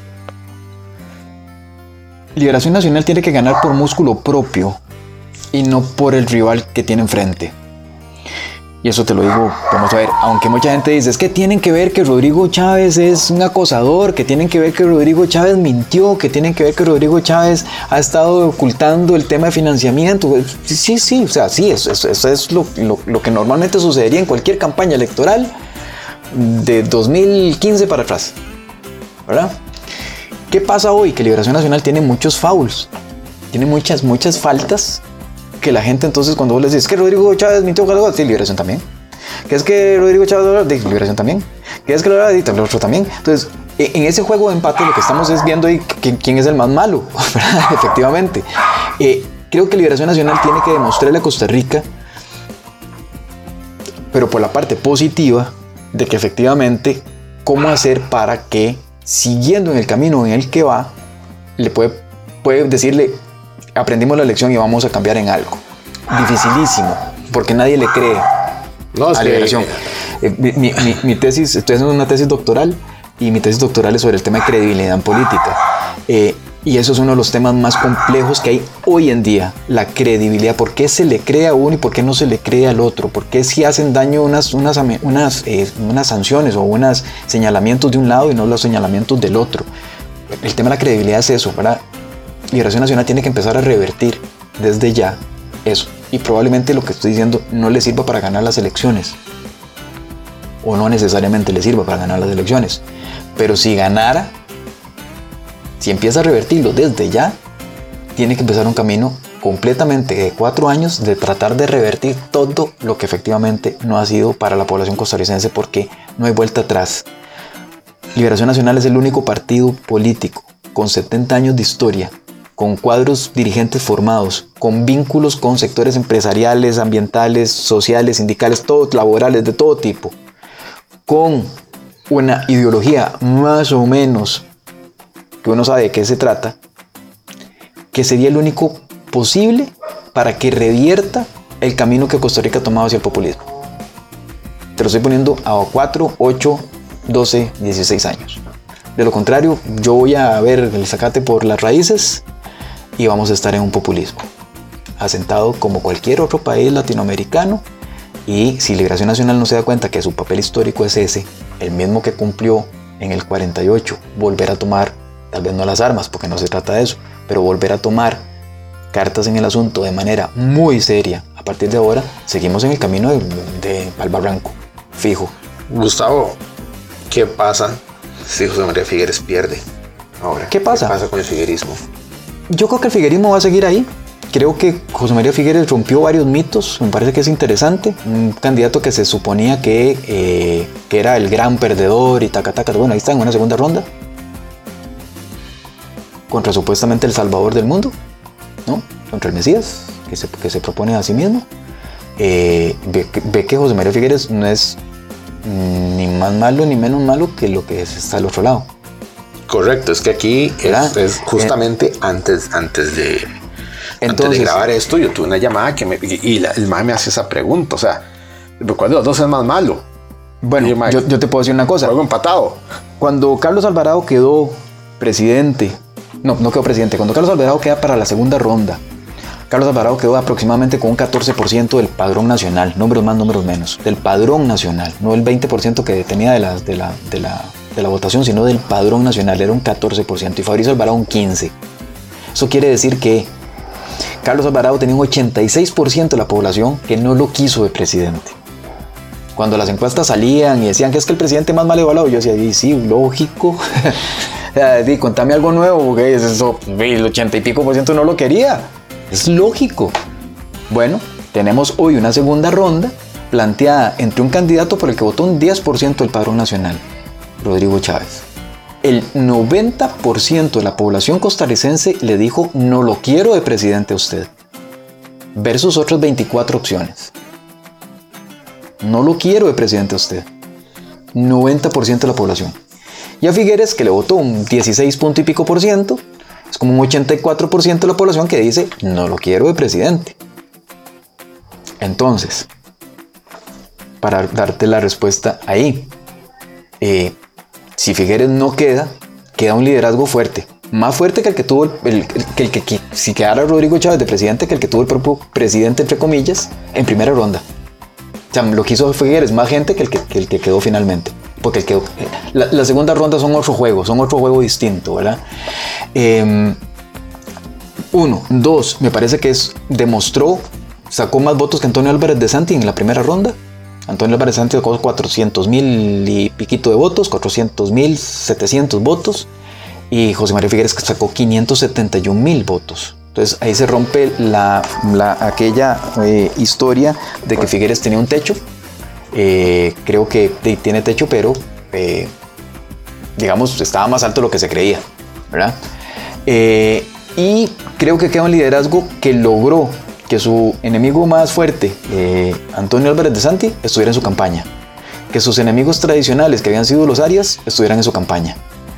Liberación Nacional tiene que ganar por músculo propio y no por el rival que tiene enfrente. Y eso te lo digo, vamos a ver, aunque mucha gente dice, es que tienen que ver que Rodrigo Chávez es un acosador, que tienen que ver que Rodrigo Chávez mintió, que tienen que ver que Rodrigo Chávez ha estado ocultando el tema de financiamiento. Sí, sí, sí, o sea, sí, eso, eso, eso es lo, lo, lo que normalmente sucedería en cualquier campaña electoral de dos mil quince para atrás, ¿verdad? ¿Qué pasa hoy? Que Liberación Nacional tiene muchos fouls, tiene muchas, muchas faltas que la gente entonces cuando vos le dices que Rodrigo Chávez mintió, sí, Liberación también. Que es que Rodrigo Chávez, de Liberación también. Que es que lo el otro también. Entonces, en ese juego de empate lo que estamos es viendo ahí quién, quién es el más malo, ¿verdad? Efectivamente. Eh, creo que Liberación Nacional tiene que demostrarle a Costa Rica, pero por la parte positiva, de que efectivamente, cómo hacer para que, siguiendo en el camino en el que va, le puede, puede decirle, aprendimos la lección y vamos a cambiar en algo. Dificilísimo, porque nadie le cree No, es a que- Liberación. Eh, mi, mi- mi- mi tesis, estoy haciendo una tesis doctoral y mi tesis doctoral es sobre el tema de credibilidad en política. Eh, y eso es uno de los temas más complejos que hay hoy en día, la credibilidad. ¿Por qué se le cree a uno y por qué no se le cree al otro? ¿Por qué si hacen daño unas, unas, ame- unas, eh, unas sanciones o unos señalamientos de un lado y no los señalamientos del otro? El tema de la credibilidad es eso, ¿verdad? Liberación Nacional tiene que empezar a revertir desde ya eso. Y probablemente lo que estoy diciendo no le sirva para ganar las elecciones. O no necesariamente le sirva para ganar las elecciones. Pero si ganara, si empieza a revertirlo desde ya, tiene que empezar un camino completamente de cuatro años de tratar de revertir todo lo que efectivamente no ha sido para la población costarricense, porque no hay vuelta atrás. Liberación Nacional es el único partido político con setenta años de historia, con cuadros dirigentes formados, con vínculos con sectores empresariales, ambientales, sociales, sindicales, todos laborales, de todo tipo, con una ideología más o menos que uno sabe de qué se trata, que sería el único posible para que revierta el camino que Costa Rica ha tomado hacia el populismo. Te lo estoy poniendo a cuatro, ocho, doce, dieciséis años. De lo contrario, yo voy a ver el zacate por las raíces y vamos a estar en un populismo asentado como cualquier otro país latinoamericano. Y si Liberación Nacional no se da cuenta que su papel histórico es ese, el mismo que cumplió en el cuarenta y ocho, volver a tomar, tal vez no las armas, porque no se trata de eso, pero volver a tomar cartas en el asunto de manera muy seria, a partir de ahora, seguimos en el camino de, de al barranco, fijo. Gustavo, ¿qué pasa si José María Figueres pierde ahora? ¿Qué pasa? ¿Qué pasa con el figuerismo? Yo creo que el figuerismo va a seguir ahí. Creo que José María Figueres rompió varios mitos, me parece que es interesante. Un candidato que se suponía que, eh, que era el gran perdedor y taca, taca. Bueno, ahí está en una segunda ronda. Contra supuestamente el salvador del mundo, ¿no? Contra el Mesías, que se, que se propone a sí mismo. Eh, ve, ve que José María Figueres no es ni más malo ni menos malo que lo que está al otro lado. Correcto, es que aquí ¿Verdad? es, es justamente antes, antes de... Antes Entonces- de grabar esto, yo tuve una llamada que me, y y la- el mae me hace esa pregunta, o sea, ¿cuál de los dos es más malo? Bueno, Oye, Mike, yo, yo te puedo decir una cosa. Juego empatado. Cuando Carlos Alvarado quedó presidente, no, no quedó presidente, cuando Carlos Alvarado queda para la segunda ronda, Carlos Alvarado quedó aproximadamente con un catorce por ciento del padrón nacional, números más, números menos, del padrón nacional, no el veinte por ciento que tenía de la, de la, de la, de la votación, sino del padrón nacional, era un catorce por ciento, y Fabricio Alvarado un quince por ciento. Eso quiere decir que Carlos Alvarado tenía un ochenta y seis por ciento de la población que no lo quiso de presidente. Cuando las encuestas salían y decían que es que el presidente más mal evaluado, yo decía, sí, sí, lógico. Di, contame algo nuevo, porque es eso, el ochenta y pico por ciento no lo quería. Es lógico. Bueno, tenemos hoy una segunda ronda planteada entre un candidato por el que votó un diez por ciento del padrón nacional, Rodrigo Chávez. El noventa por ciento de la población costarricense le dijo no lo quiero de presidente a usted, versus otras veinticuatro opciones. No lo quiero de presidente a usted. noventa por ciento de la población. Y a Figueres, que le votó un dieciséis punto y pico por ciento, es como un ochenta y cuatro por ciento de la población que dice no lo quiero de presidente. Entonces, para darte la respuesta ahí, eh, si Figueres no queda, queda un liderazgo fuerte. Más fuerte que el que tuvo el, el, que el que, que si quedara Rodrigo Chávez de presidente, que el que tuvo el propio presidente, entre comillas, en primera ronda. O sea, lo que hizo Figueres más gente que el que, que, el que quedó finalmente. Porque el que, la, la segunda ronda son otro juego, son otro juego distinto, ¿verdad? Eh, uno, dos, me parece que es, demostró, sacó más votos que Antonio Álvarez de Santi en la primera ronda. Antonio Álvarez de Santi sacó cuatrocientos mil y piquito de votos, cuatrocientos mil setecientos votos. Y José María Figueres sacó quinientos setenta y un mil votos. Entonces ahí se rompe la, la, aquella eh, historia de que Figueres tenía un techo. Eh, creo que de, tiene techo, pero eh, digamos estaba más alto de lo que se creía, ¿verdad? Eh, y creo que queda un liderazgo que logró que su enemigo más fuerte, eh, Antonio Álvarez de Santi, estuviera en su campaña. Que sus enemigos tradicionales, que habían sido los Arias, estuvieran en su campaña.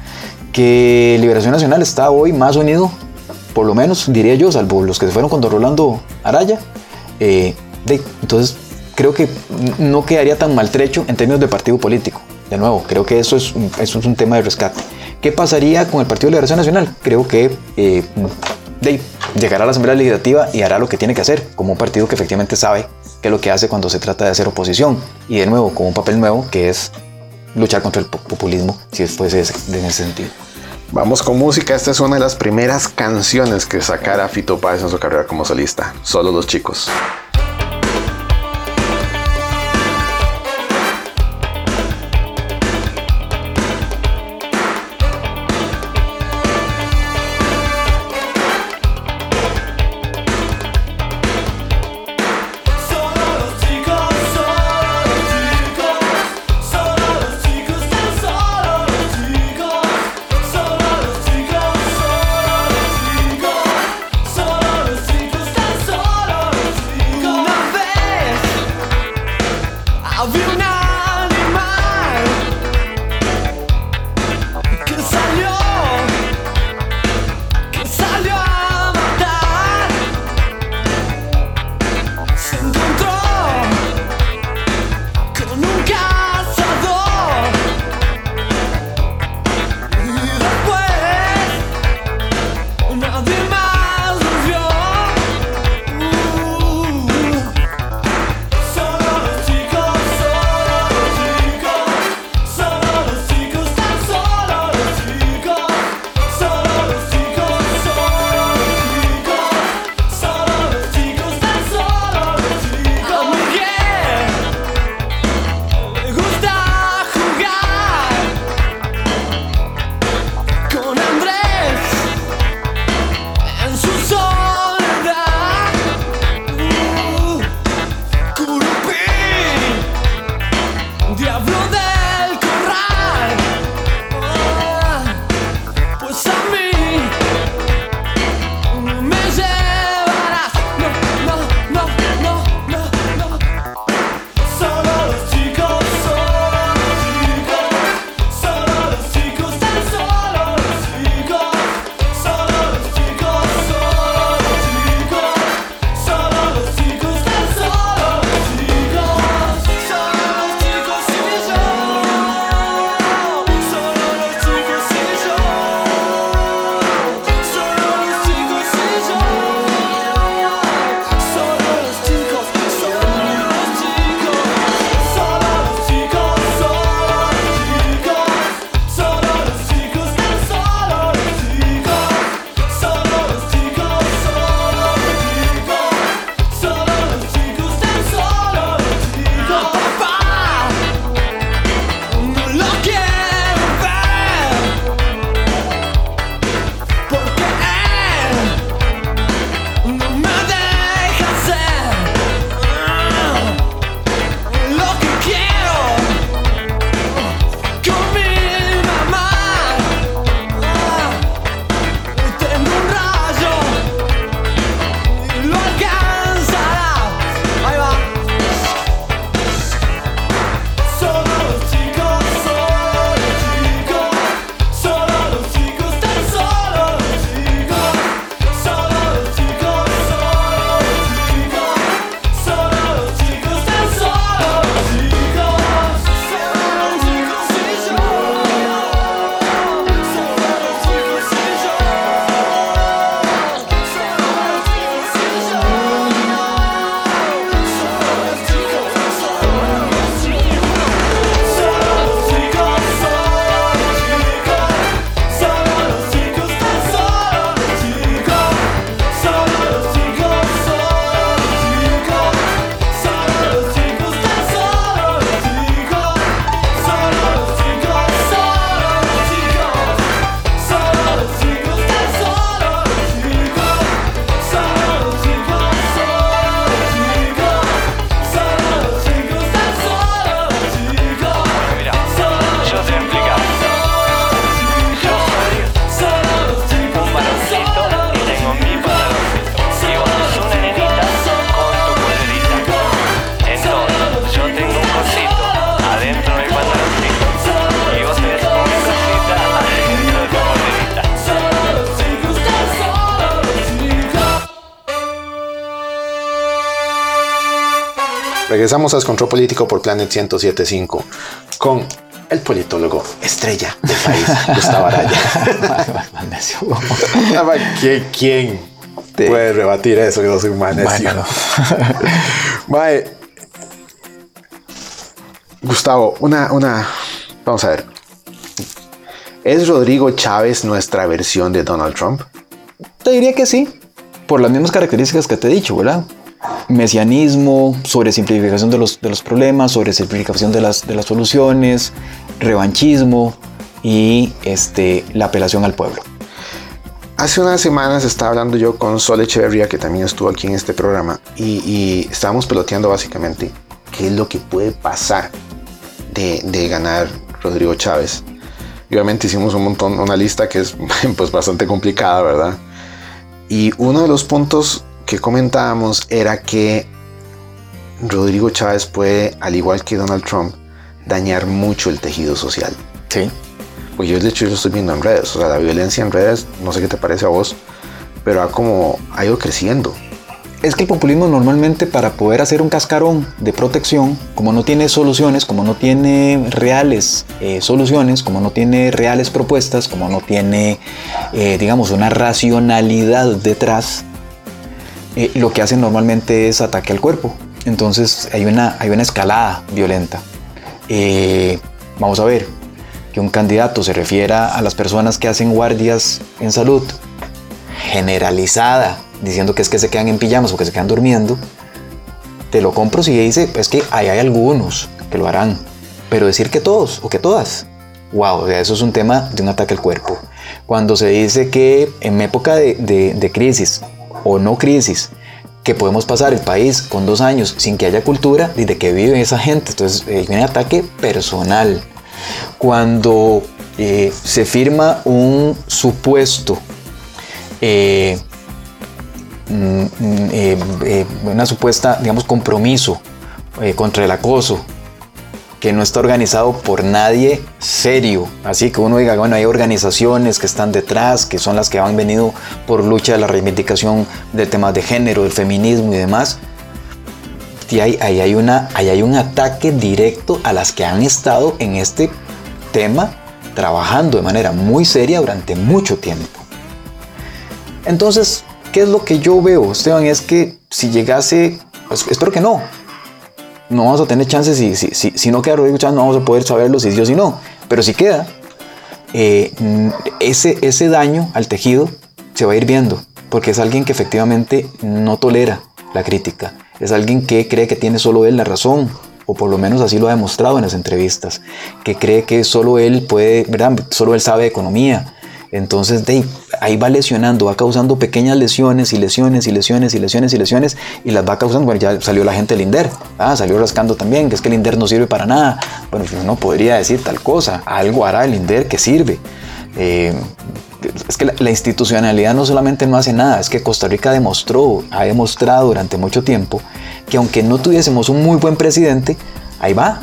Que Liberación Nacional está hoy más unido, por lo menos diría yo, salvo los que se fueron con don Rolando Araya. Eh, de, entonces creo que no quedaría tan maltrecho en términos de partido político. De nuevo, creo que eso es, eso es un tema de rescate. ¿Qué pasaría con el Partido de Liberación Nacional? Creo que eh, de, llegará a la Asamblea Legislativa y hará lo que tiene que hacer, como un partido que efectivamente sabe qué es lo que hace cuando se trata de hacer oposición. Y de nuevo, con un papel nuevo que es luchar contra el populismo, si fuese en ese sentido. Vamos con música. Esta es una de las primeras canciones que sacara Fito Páez en su carrera como solista. Solo los chicos. Solo los chicos, tan solo los chicos. Regresamos a Descontrol Político por Planet ciento siete punto cinco con el politólogo estrella del país, Gustavo Araya. ¿Quién, quién Te... puede rebatir eso? Que no soy un man necio. Bueno, Mae, Gustavo, una, una, vamos a ver. ¿Es Rodrigo Chávez nuestra versión de Donald Trump? te diría que sí, por las mismas características que te he dicho, ¿verdad? Mesianismo, sobresimplificación de los, de los problemas, sobresimplificación de las, de las soluciones, revanchismo y este, la apelación al pueblo. Hace unas semanas estaba hablando yo con Sol Echeverría, que también estuvo aquí en este programa, y, y estábamos peloteando básicamente qué es lo que puede pasar de, de ganar Rodrigo Chávez. Y obviamente hicimos un montón, una lista que es pues bastante complicada, ¿verdad? Y uno de los puntos que comentábamos era que Rodrigo Chávez puede, al igual que Donald Trump, dañar mucho el tejido social. Sí. Pues yo de hecho yo lo estoy viendo en redes, o sea, la violencia en redes, no sé qué te parece a vos, pero ha como ha ido creciendo. Es que el populismo normalmente, para poder hacer un cascarón de protección, como no tiene soluciones, como no tiene reales eh, soluciones, como no tiene reales propuestas, como no tiene, eh, digamos, una racionalidad detrás, Eh, lo que hacen normalmente es ataque al cuerpo. Entonces hay una, hay una escalada violenta. Eh, vamos a ver, que un candidato se refiera a las personas que hacen guardias en salud generalizada, diciendo que es que se quedan en pijamas o que se quedan durmiendo, te lo compro si dice, es que hay, hay algunos que lo harán, pero decir que todos o que todas, wow, o sea, eso es un tema de un ataque al cuerpo. Cuando se dice que en época de, de, de crisis o no crisis, que podemos pasar el país con dos años sin que haya cultura, desde que vive esa gente, entonces hay un ataque personal. Cuando eh, se firma un supuesto eh, mm, eh, eh, una supuesta, digamos, compromiso eh, contra el acoso, que no está organizado por nadie serio, así que uno diga, bueno, hay organizaciones que están detrás, que son las que han venido por lucha de la reivindicación de temas de género, del feminismo y demás, y ahí, ahí, hay una, ahí hay un ataque directo a las que han estado en este tema trabajando de manera muy seria durante mucho tiempo. Entonces, ¿qué es lo que yo veo, Esteban? Es que si llegase, pues, espero que no, no vamos a tener chances, si, si, si, si no queda Rodrigo Chávez, no vamos a poder saberlo si sí o si no, pero si queda, eh, ese, ese daño al tejido se va a ir viendo, porque es alguien que efectivamente no tolera la crítica, es alguien que cree que tiene solo él la razón, o por lo menos así lo ha demostrado en las entrevistas, que cree que solo él puede, ¿verdad? Solo él sabe de economía. Entonces de ahí va lesionando, va causando pequeñas lesiones y lesiones y lesiones y lesiones y lesiones y las va causando. Bueno, ya salió la gente del INDER, ah, salió rascando también, que es que el INDER no sirve para nada. Bueno, uno podría decir tal cosa, algo hará el INDER que sirve. Eh, es que la, la institucionalidad no solamente no hace nada, es que Costa Rica demostró, ha demostrado durante mucho tiempo que aunque no tuviésemos un muy buen presidente, ahí va.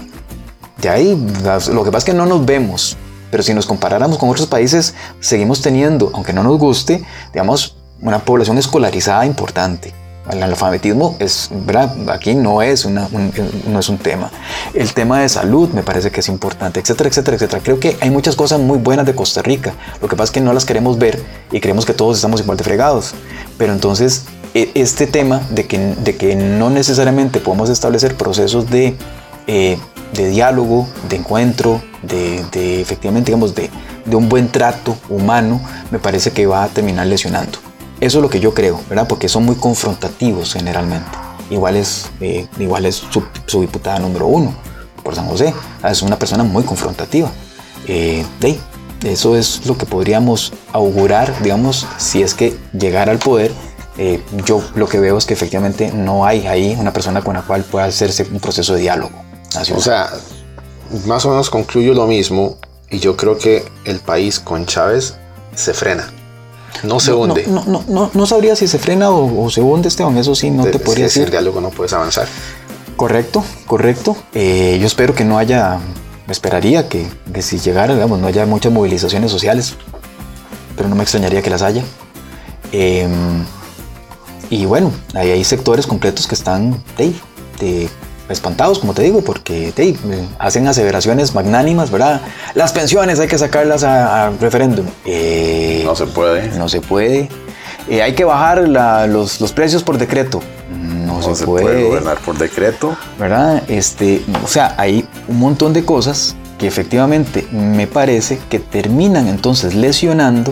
De ahí, lo que pasa es que no nos vemos. Pero si nos comparáramos con otros países, seguimos teniendo, aunque no nos guste, digamos, una población escolarizada importante. El analfabetismo es, ¿verdad? Aquí no es, una, un, no es un tema. El tema de salud me parece que es importante, etcétera, etcétera, etcétera. Creo que hay muchas cosas muy buenas de Costa Rica. Lo que pasa es que no las queremos ver y creemos que todos estamos igual de fregados. Pero entonces, este tema de que, de que no necesariamente podemos establecer procesos de... Eh, de diálogo, de encuentro, de, de efectivamente, digamos, de, de un buen trato humano, me parece que va a terminar lesionando. Eso es lo que yo creo, ¿verdad? Porque son muy confrontativos generalmente. Igual es, eh, igual es su, su diputada número uno, por San José. Es una persona muy confrontativa. Eh, de, eso es lo que podríamos augurar, digamos, si es que llegara al poder. Eh, yo lo que veo es que efectivamente no hay ahí una persona con la cual pueda hacerse un proceso de diálogo. Así o sea, más o menos concluyo lo mismo y yo creo que el país con Chávez se frena, no se no, hunde. No, no, no, no sabría si se frena o, o se hunde, Esteban, eso sí, no de, te podría decir. decir. Sin diálogo no puedes avanzar. Correcto, correcto. Eh, yo espero que no haya, esperaría que, que si llegara, digamos, no haya muchas movilizaciones sociales, pero no me extrañaría que las haya. Eh, y bueno, ahí hay sectores completos que están de, de espantados, como te digo, porque hey, hacen aseveraciones magnánimas, ¿verdad? Las pensiones hay que sacarlas a, a referéndum. Eh, No se puede. no se puede. Eh, hay que bajar la, los, los precios por decreto. No, No se, se puede, puede gobernar por decreto. ¿verdad? Este, o sea, hay un montón de cosas que efectivamente me parece que terminan entonces lesionando.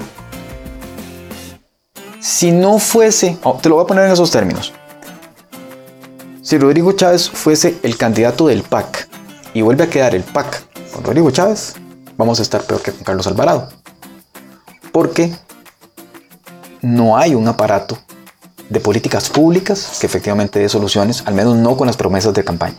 Si no fuese, oh, te lo voy a poner en esos términos. Si Rodrigo Chávez fuese el candidato del P A C y vuelve a quedar el P A C con Rodrigo Chávez, vamos a estar peor que con Carlos Alvarado. Porque no hay un aparato de políticas públicas que efectivamente dé soluciones, al menos no con las promesas de campaña.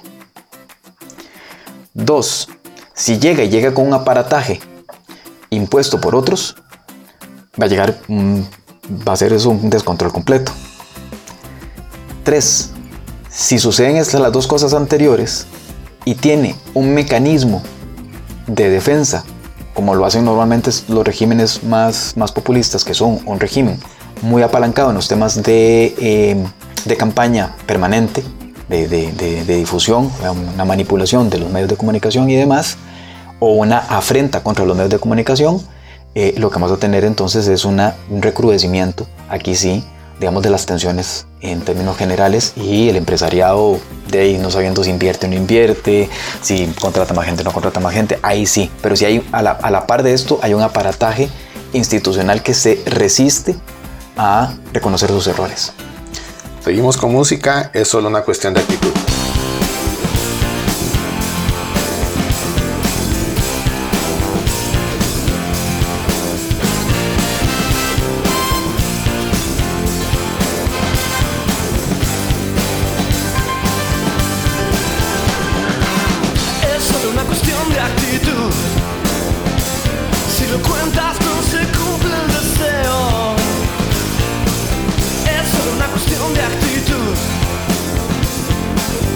Dos, si llega y llega con un aparataje impuesto por otros, va a llegar, mmm, va a ser eso un descontrol completo. Tres, si suceden estas las dos cosas anteriores y tiene un mecanismo de defensa, como lo hacen normalmente los regímenes más, más populistas, que son un régimen muy apalancado en los temas de, eh, de campaña permanente, de, de, de, de difusión, una manipulación de los medios de comunicación y demás, o una afrenta contra los medios de comunicación, eh, lo que vamos a tener entonces es una, un recrudecimiento, aquí sí, digamos, de las tensiones en términos generales, y el empresariado de ahí no sabiendo si invierte o no invierte, si contrata más gente o no contrata más gente, ahí sí. Pero si hay, a la, a la par de esto, hay un aparataje institucional que se resiste a reconocer sus errores. Seguimos con música, es solo una cuestión de actitud. Es solo una cuestión de actitud. Si lo cuentas no se cumple el deseo. Es solo una cuestión de actitud.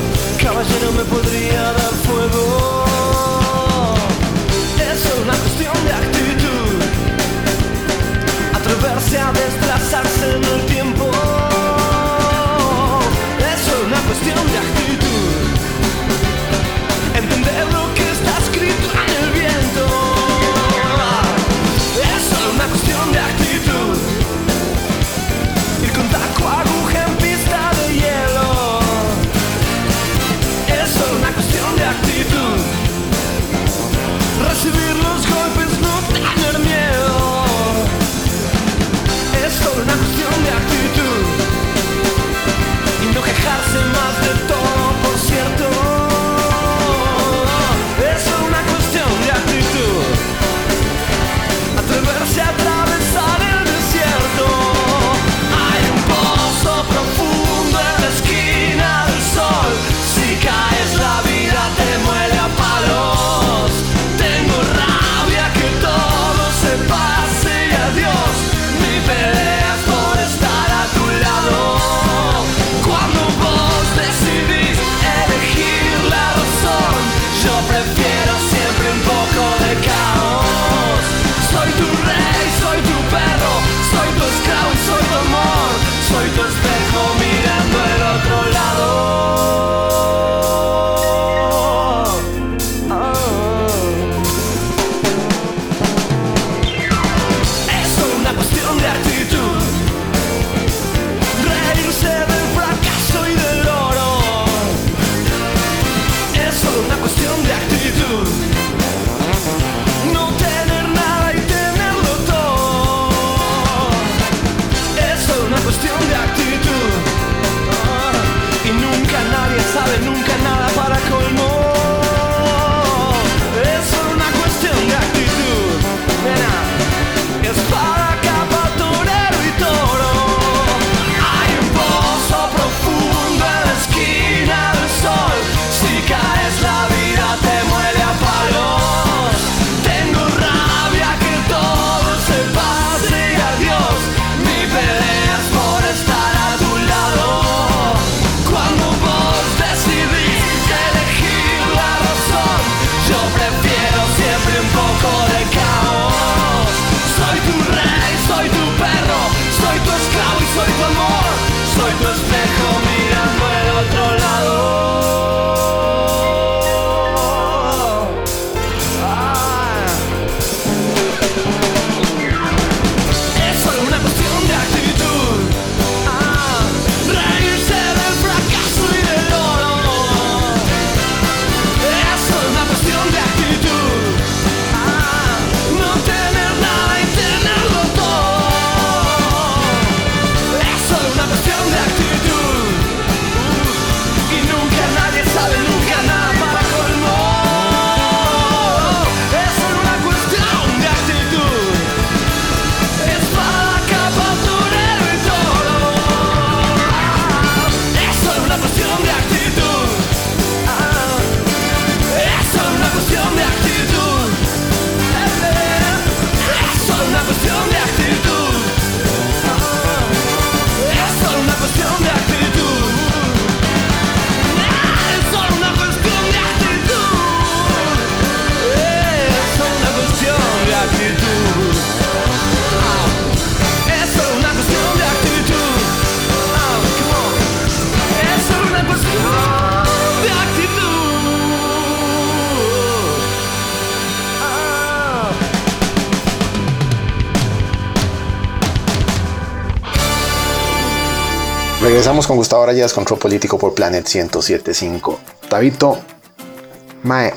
Regresamos con Gustavo Arayas, Control Político por Planet ciento siete punto cinco. Tabito, mae,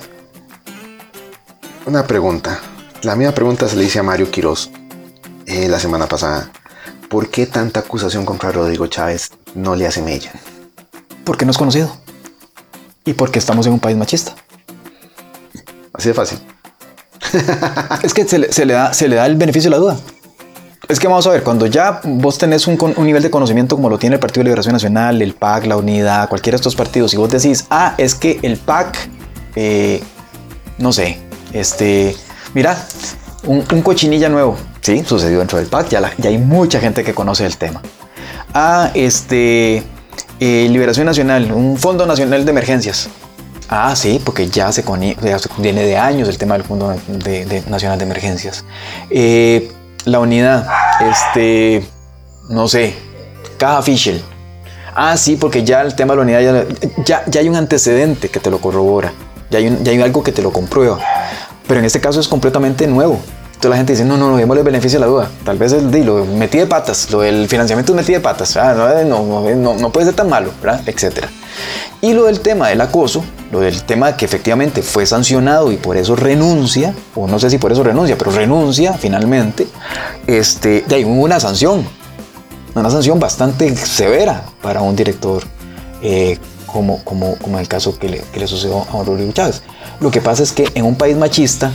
una pregunta. La misma pregunta se le hice a Mario Quiroz eh, la semana pasada. ¿Por qué tanta acusación contra Rodrigo Chávez no le hace mella? Porque no es conocido. Y porque estamos en un país machista. Así de fácil. Es que se le, se le da, se le da el beneficio de la duda. Es que vamos a ver, cuando ya vos tenés un, un nivel de conocimiento como lo tiene el Partido de Liberación Nacional, el P A C, la Unidad, cualquiera de estos partidos, y vos decís, ah, es que el P A C, eh, no sé, este, mira, un, un cochinilla nuevo, sí, sucedió dentro del P A C, ya, la, ya hay mucha gente que conoce el tema. Ah, este, eh, Liberación Nacional, un Fondo Nacional de Emergencias. Ah, sí, porque ya se, coni- ya se viene de años el tema del Fondo de, de Nacional de Emergencias. Eh, la Unidad, este, no sé, Caja Fischel. Ah, sí, porque ya el tema de la Unidad, ya, ya, ya hay un antecedente que te lo corrobora, ya hay, un, ya hay algo que te lo comprueba. Pero en este caso es completamente nuevo. Entonces la gente dice, no, no, no, démosle el beneficio de la duda. Tal vez el, lo metí de patas, lo del financiamiento es metí de patas. Ah, no, no, no, no puede ser tan malo, ¿verdad? Etcétera. Y lo del tema del acoso, lo del tema de que efectivamente fue sancionado y por eso renuncia, o no sé si por eso renuncia, pero renuncia finalmente, este, ya hay una sanción, una sanción bastante severa para un director eh, como, como, como el caso que le, que le sucedió a Rodrigo Chávez. Lo que pasa es que en un país machista,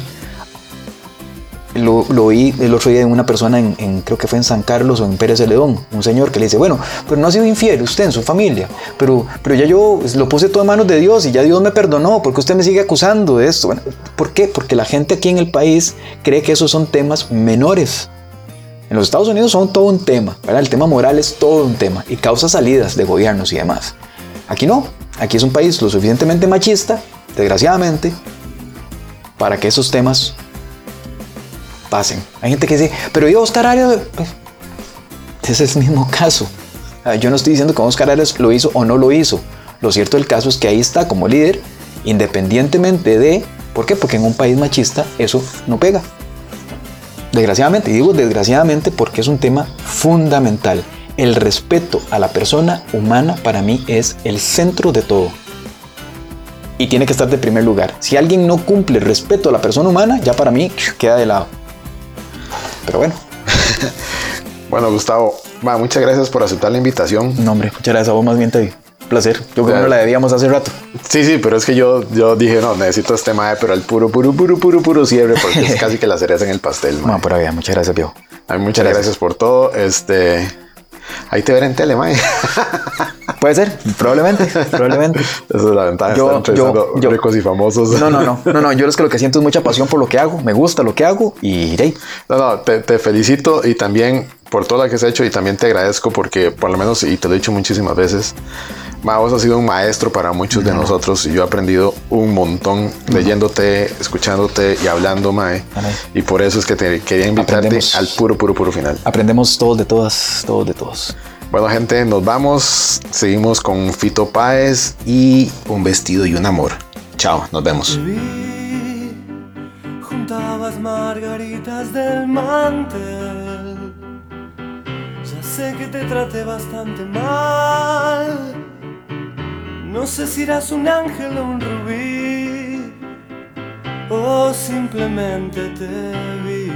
Lo, lo oí el otro día de una persona en, en, creo que fue en San Carlos o en Pérez Celedón, un señor que le dice, bueno, pero no ha sido infiel usted en su familia, pero, pero ya yo lo puse todo en manos de Dios y ya Dios me perdonó, ¿por qué usted me sigue acusando de esto? Bueno, ¿por qué? Porque la gente aquí en el país cree que esos son temas menores. En los Estados Unidos son todo un tema, ¿verdad? El tema moral es todo un tema y causa salidas de gobiernos y demás. Aquí no, aquí es un país lo suficientemente machista, desgraciadamente, para que esos temas pasen. Hay gente que dice, pero yo Oscar Arias, pues, ese es el mismo caso. Yo no estoy diciendo que Oscar Arias lo hizo o no lo hizo. Lo cierto del caso es que ahí está como líder, independientemente de, ¿por qué? Porque en un país machista eso no pega. Desgraciadamente, y digo desgraciadamente porque es un tema fundamental. El respeto a la persona humana para mí es el centro de todo. Y tiene que estar de primer lugar. Si alguien no cumple el respeto a la persona humana, ya para mí queda de lado. Pero bueno. Bueno, Gustavo, ma, muchas gracias por aceptar la invitación. No, hombre, muchas gracias a vos, más bien te placer. Yo creo que no la debíamos hace rato. Sí, sí, pero es que yo, yo dije, no, necesito este mae, pero el puro, puro, puro, puro, puro cierre, porque es casi que la cereza en el pastel, mae. No, por ahí, muchas gracias, viejo. Ay, muchas gracias. gracias por todo. Este, ahí te veré en tele, mae. Puede ser, probablemente, probablemente. Esa es la ventaja, yo, están entrevistando yo, yo, ricos y famosos. No, no, no, no, no, yo es que lo que siento es mucha pasión por lo que hago, me gusta lo que hago y iré. No, no, te, te felicito y también por todo lo que has hecho y también te agradezco porque por lo menos, y te lo he dicho muchísimas veces, ma, vos has sido un maestro para muchos no. de nosotros y yo he aprendido un montón no. leyéndote, escuchándote y hablando, mae. Amén. Y por eso es que te quería invitarte Aprendemos. al puro, puro, puro final. Aprendemos todos de todas, todos de todos. Bueno, gente, nos vamos. Seguimos con Fito Páez y Un vestido y un amor. Chao, nos vemos. Te vi, juntabas margaritas del mantel. Ya sé que te traté bastante mal. No sé si eras un ángel o un rubí, o simplemente te vi.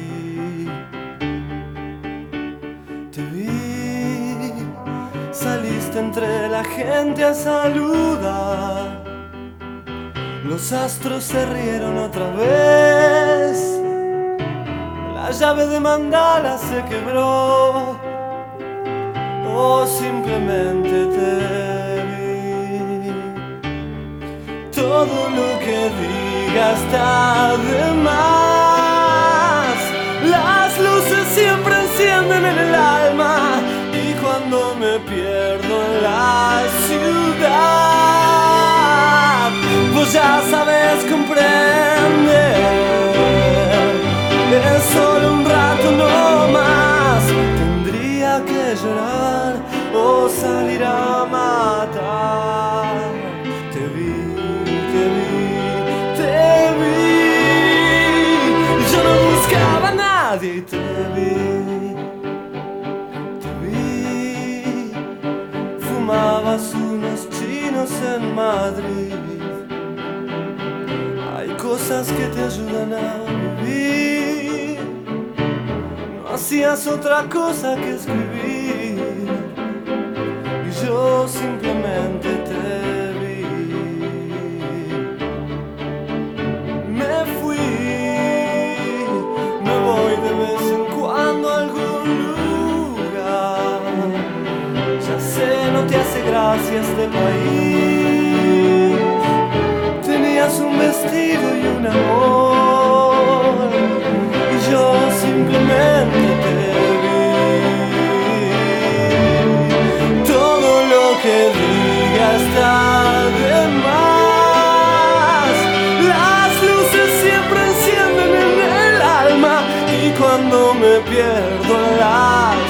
Te vi, saliste entre la gente a saludar. Los astros se rieron otra vez. La llave de mandala se quebró, o simplemente te vi. Todo lo que diga está de más. Las luces siempre encienden en el alma, y cuando me pierdo en la ciudad, vos ya sabes comprender. Es solo un rato no más. Tendría que llorar o salir a matar. Te vi, te vi, te vi. Yo no buscaba a nadie y te vi. Te vi comprabas unos chinos en Madrid. Hay cosas que te ayudan a vivir. No hacías otra cosa que escribir y yo simplemente te vi. Me fui, me voy de vez en cuando a algún lugar. Ya sé, no te hace gracia este país. Tenías un vestido y un amor y yo simplemente te vi. Todo lo que diga está de más. Las luces siempre encienden en el alma y cuando me pierdo en la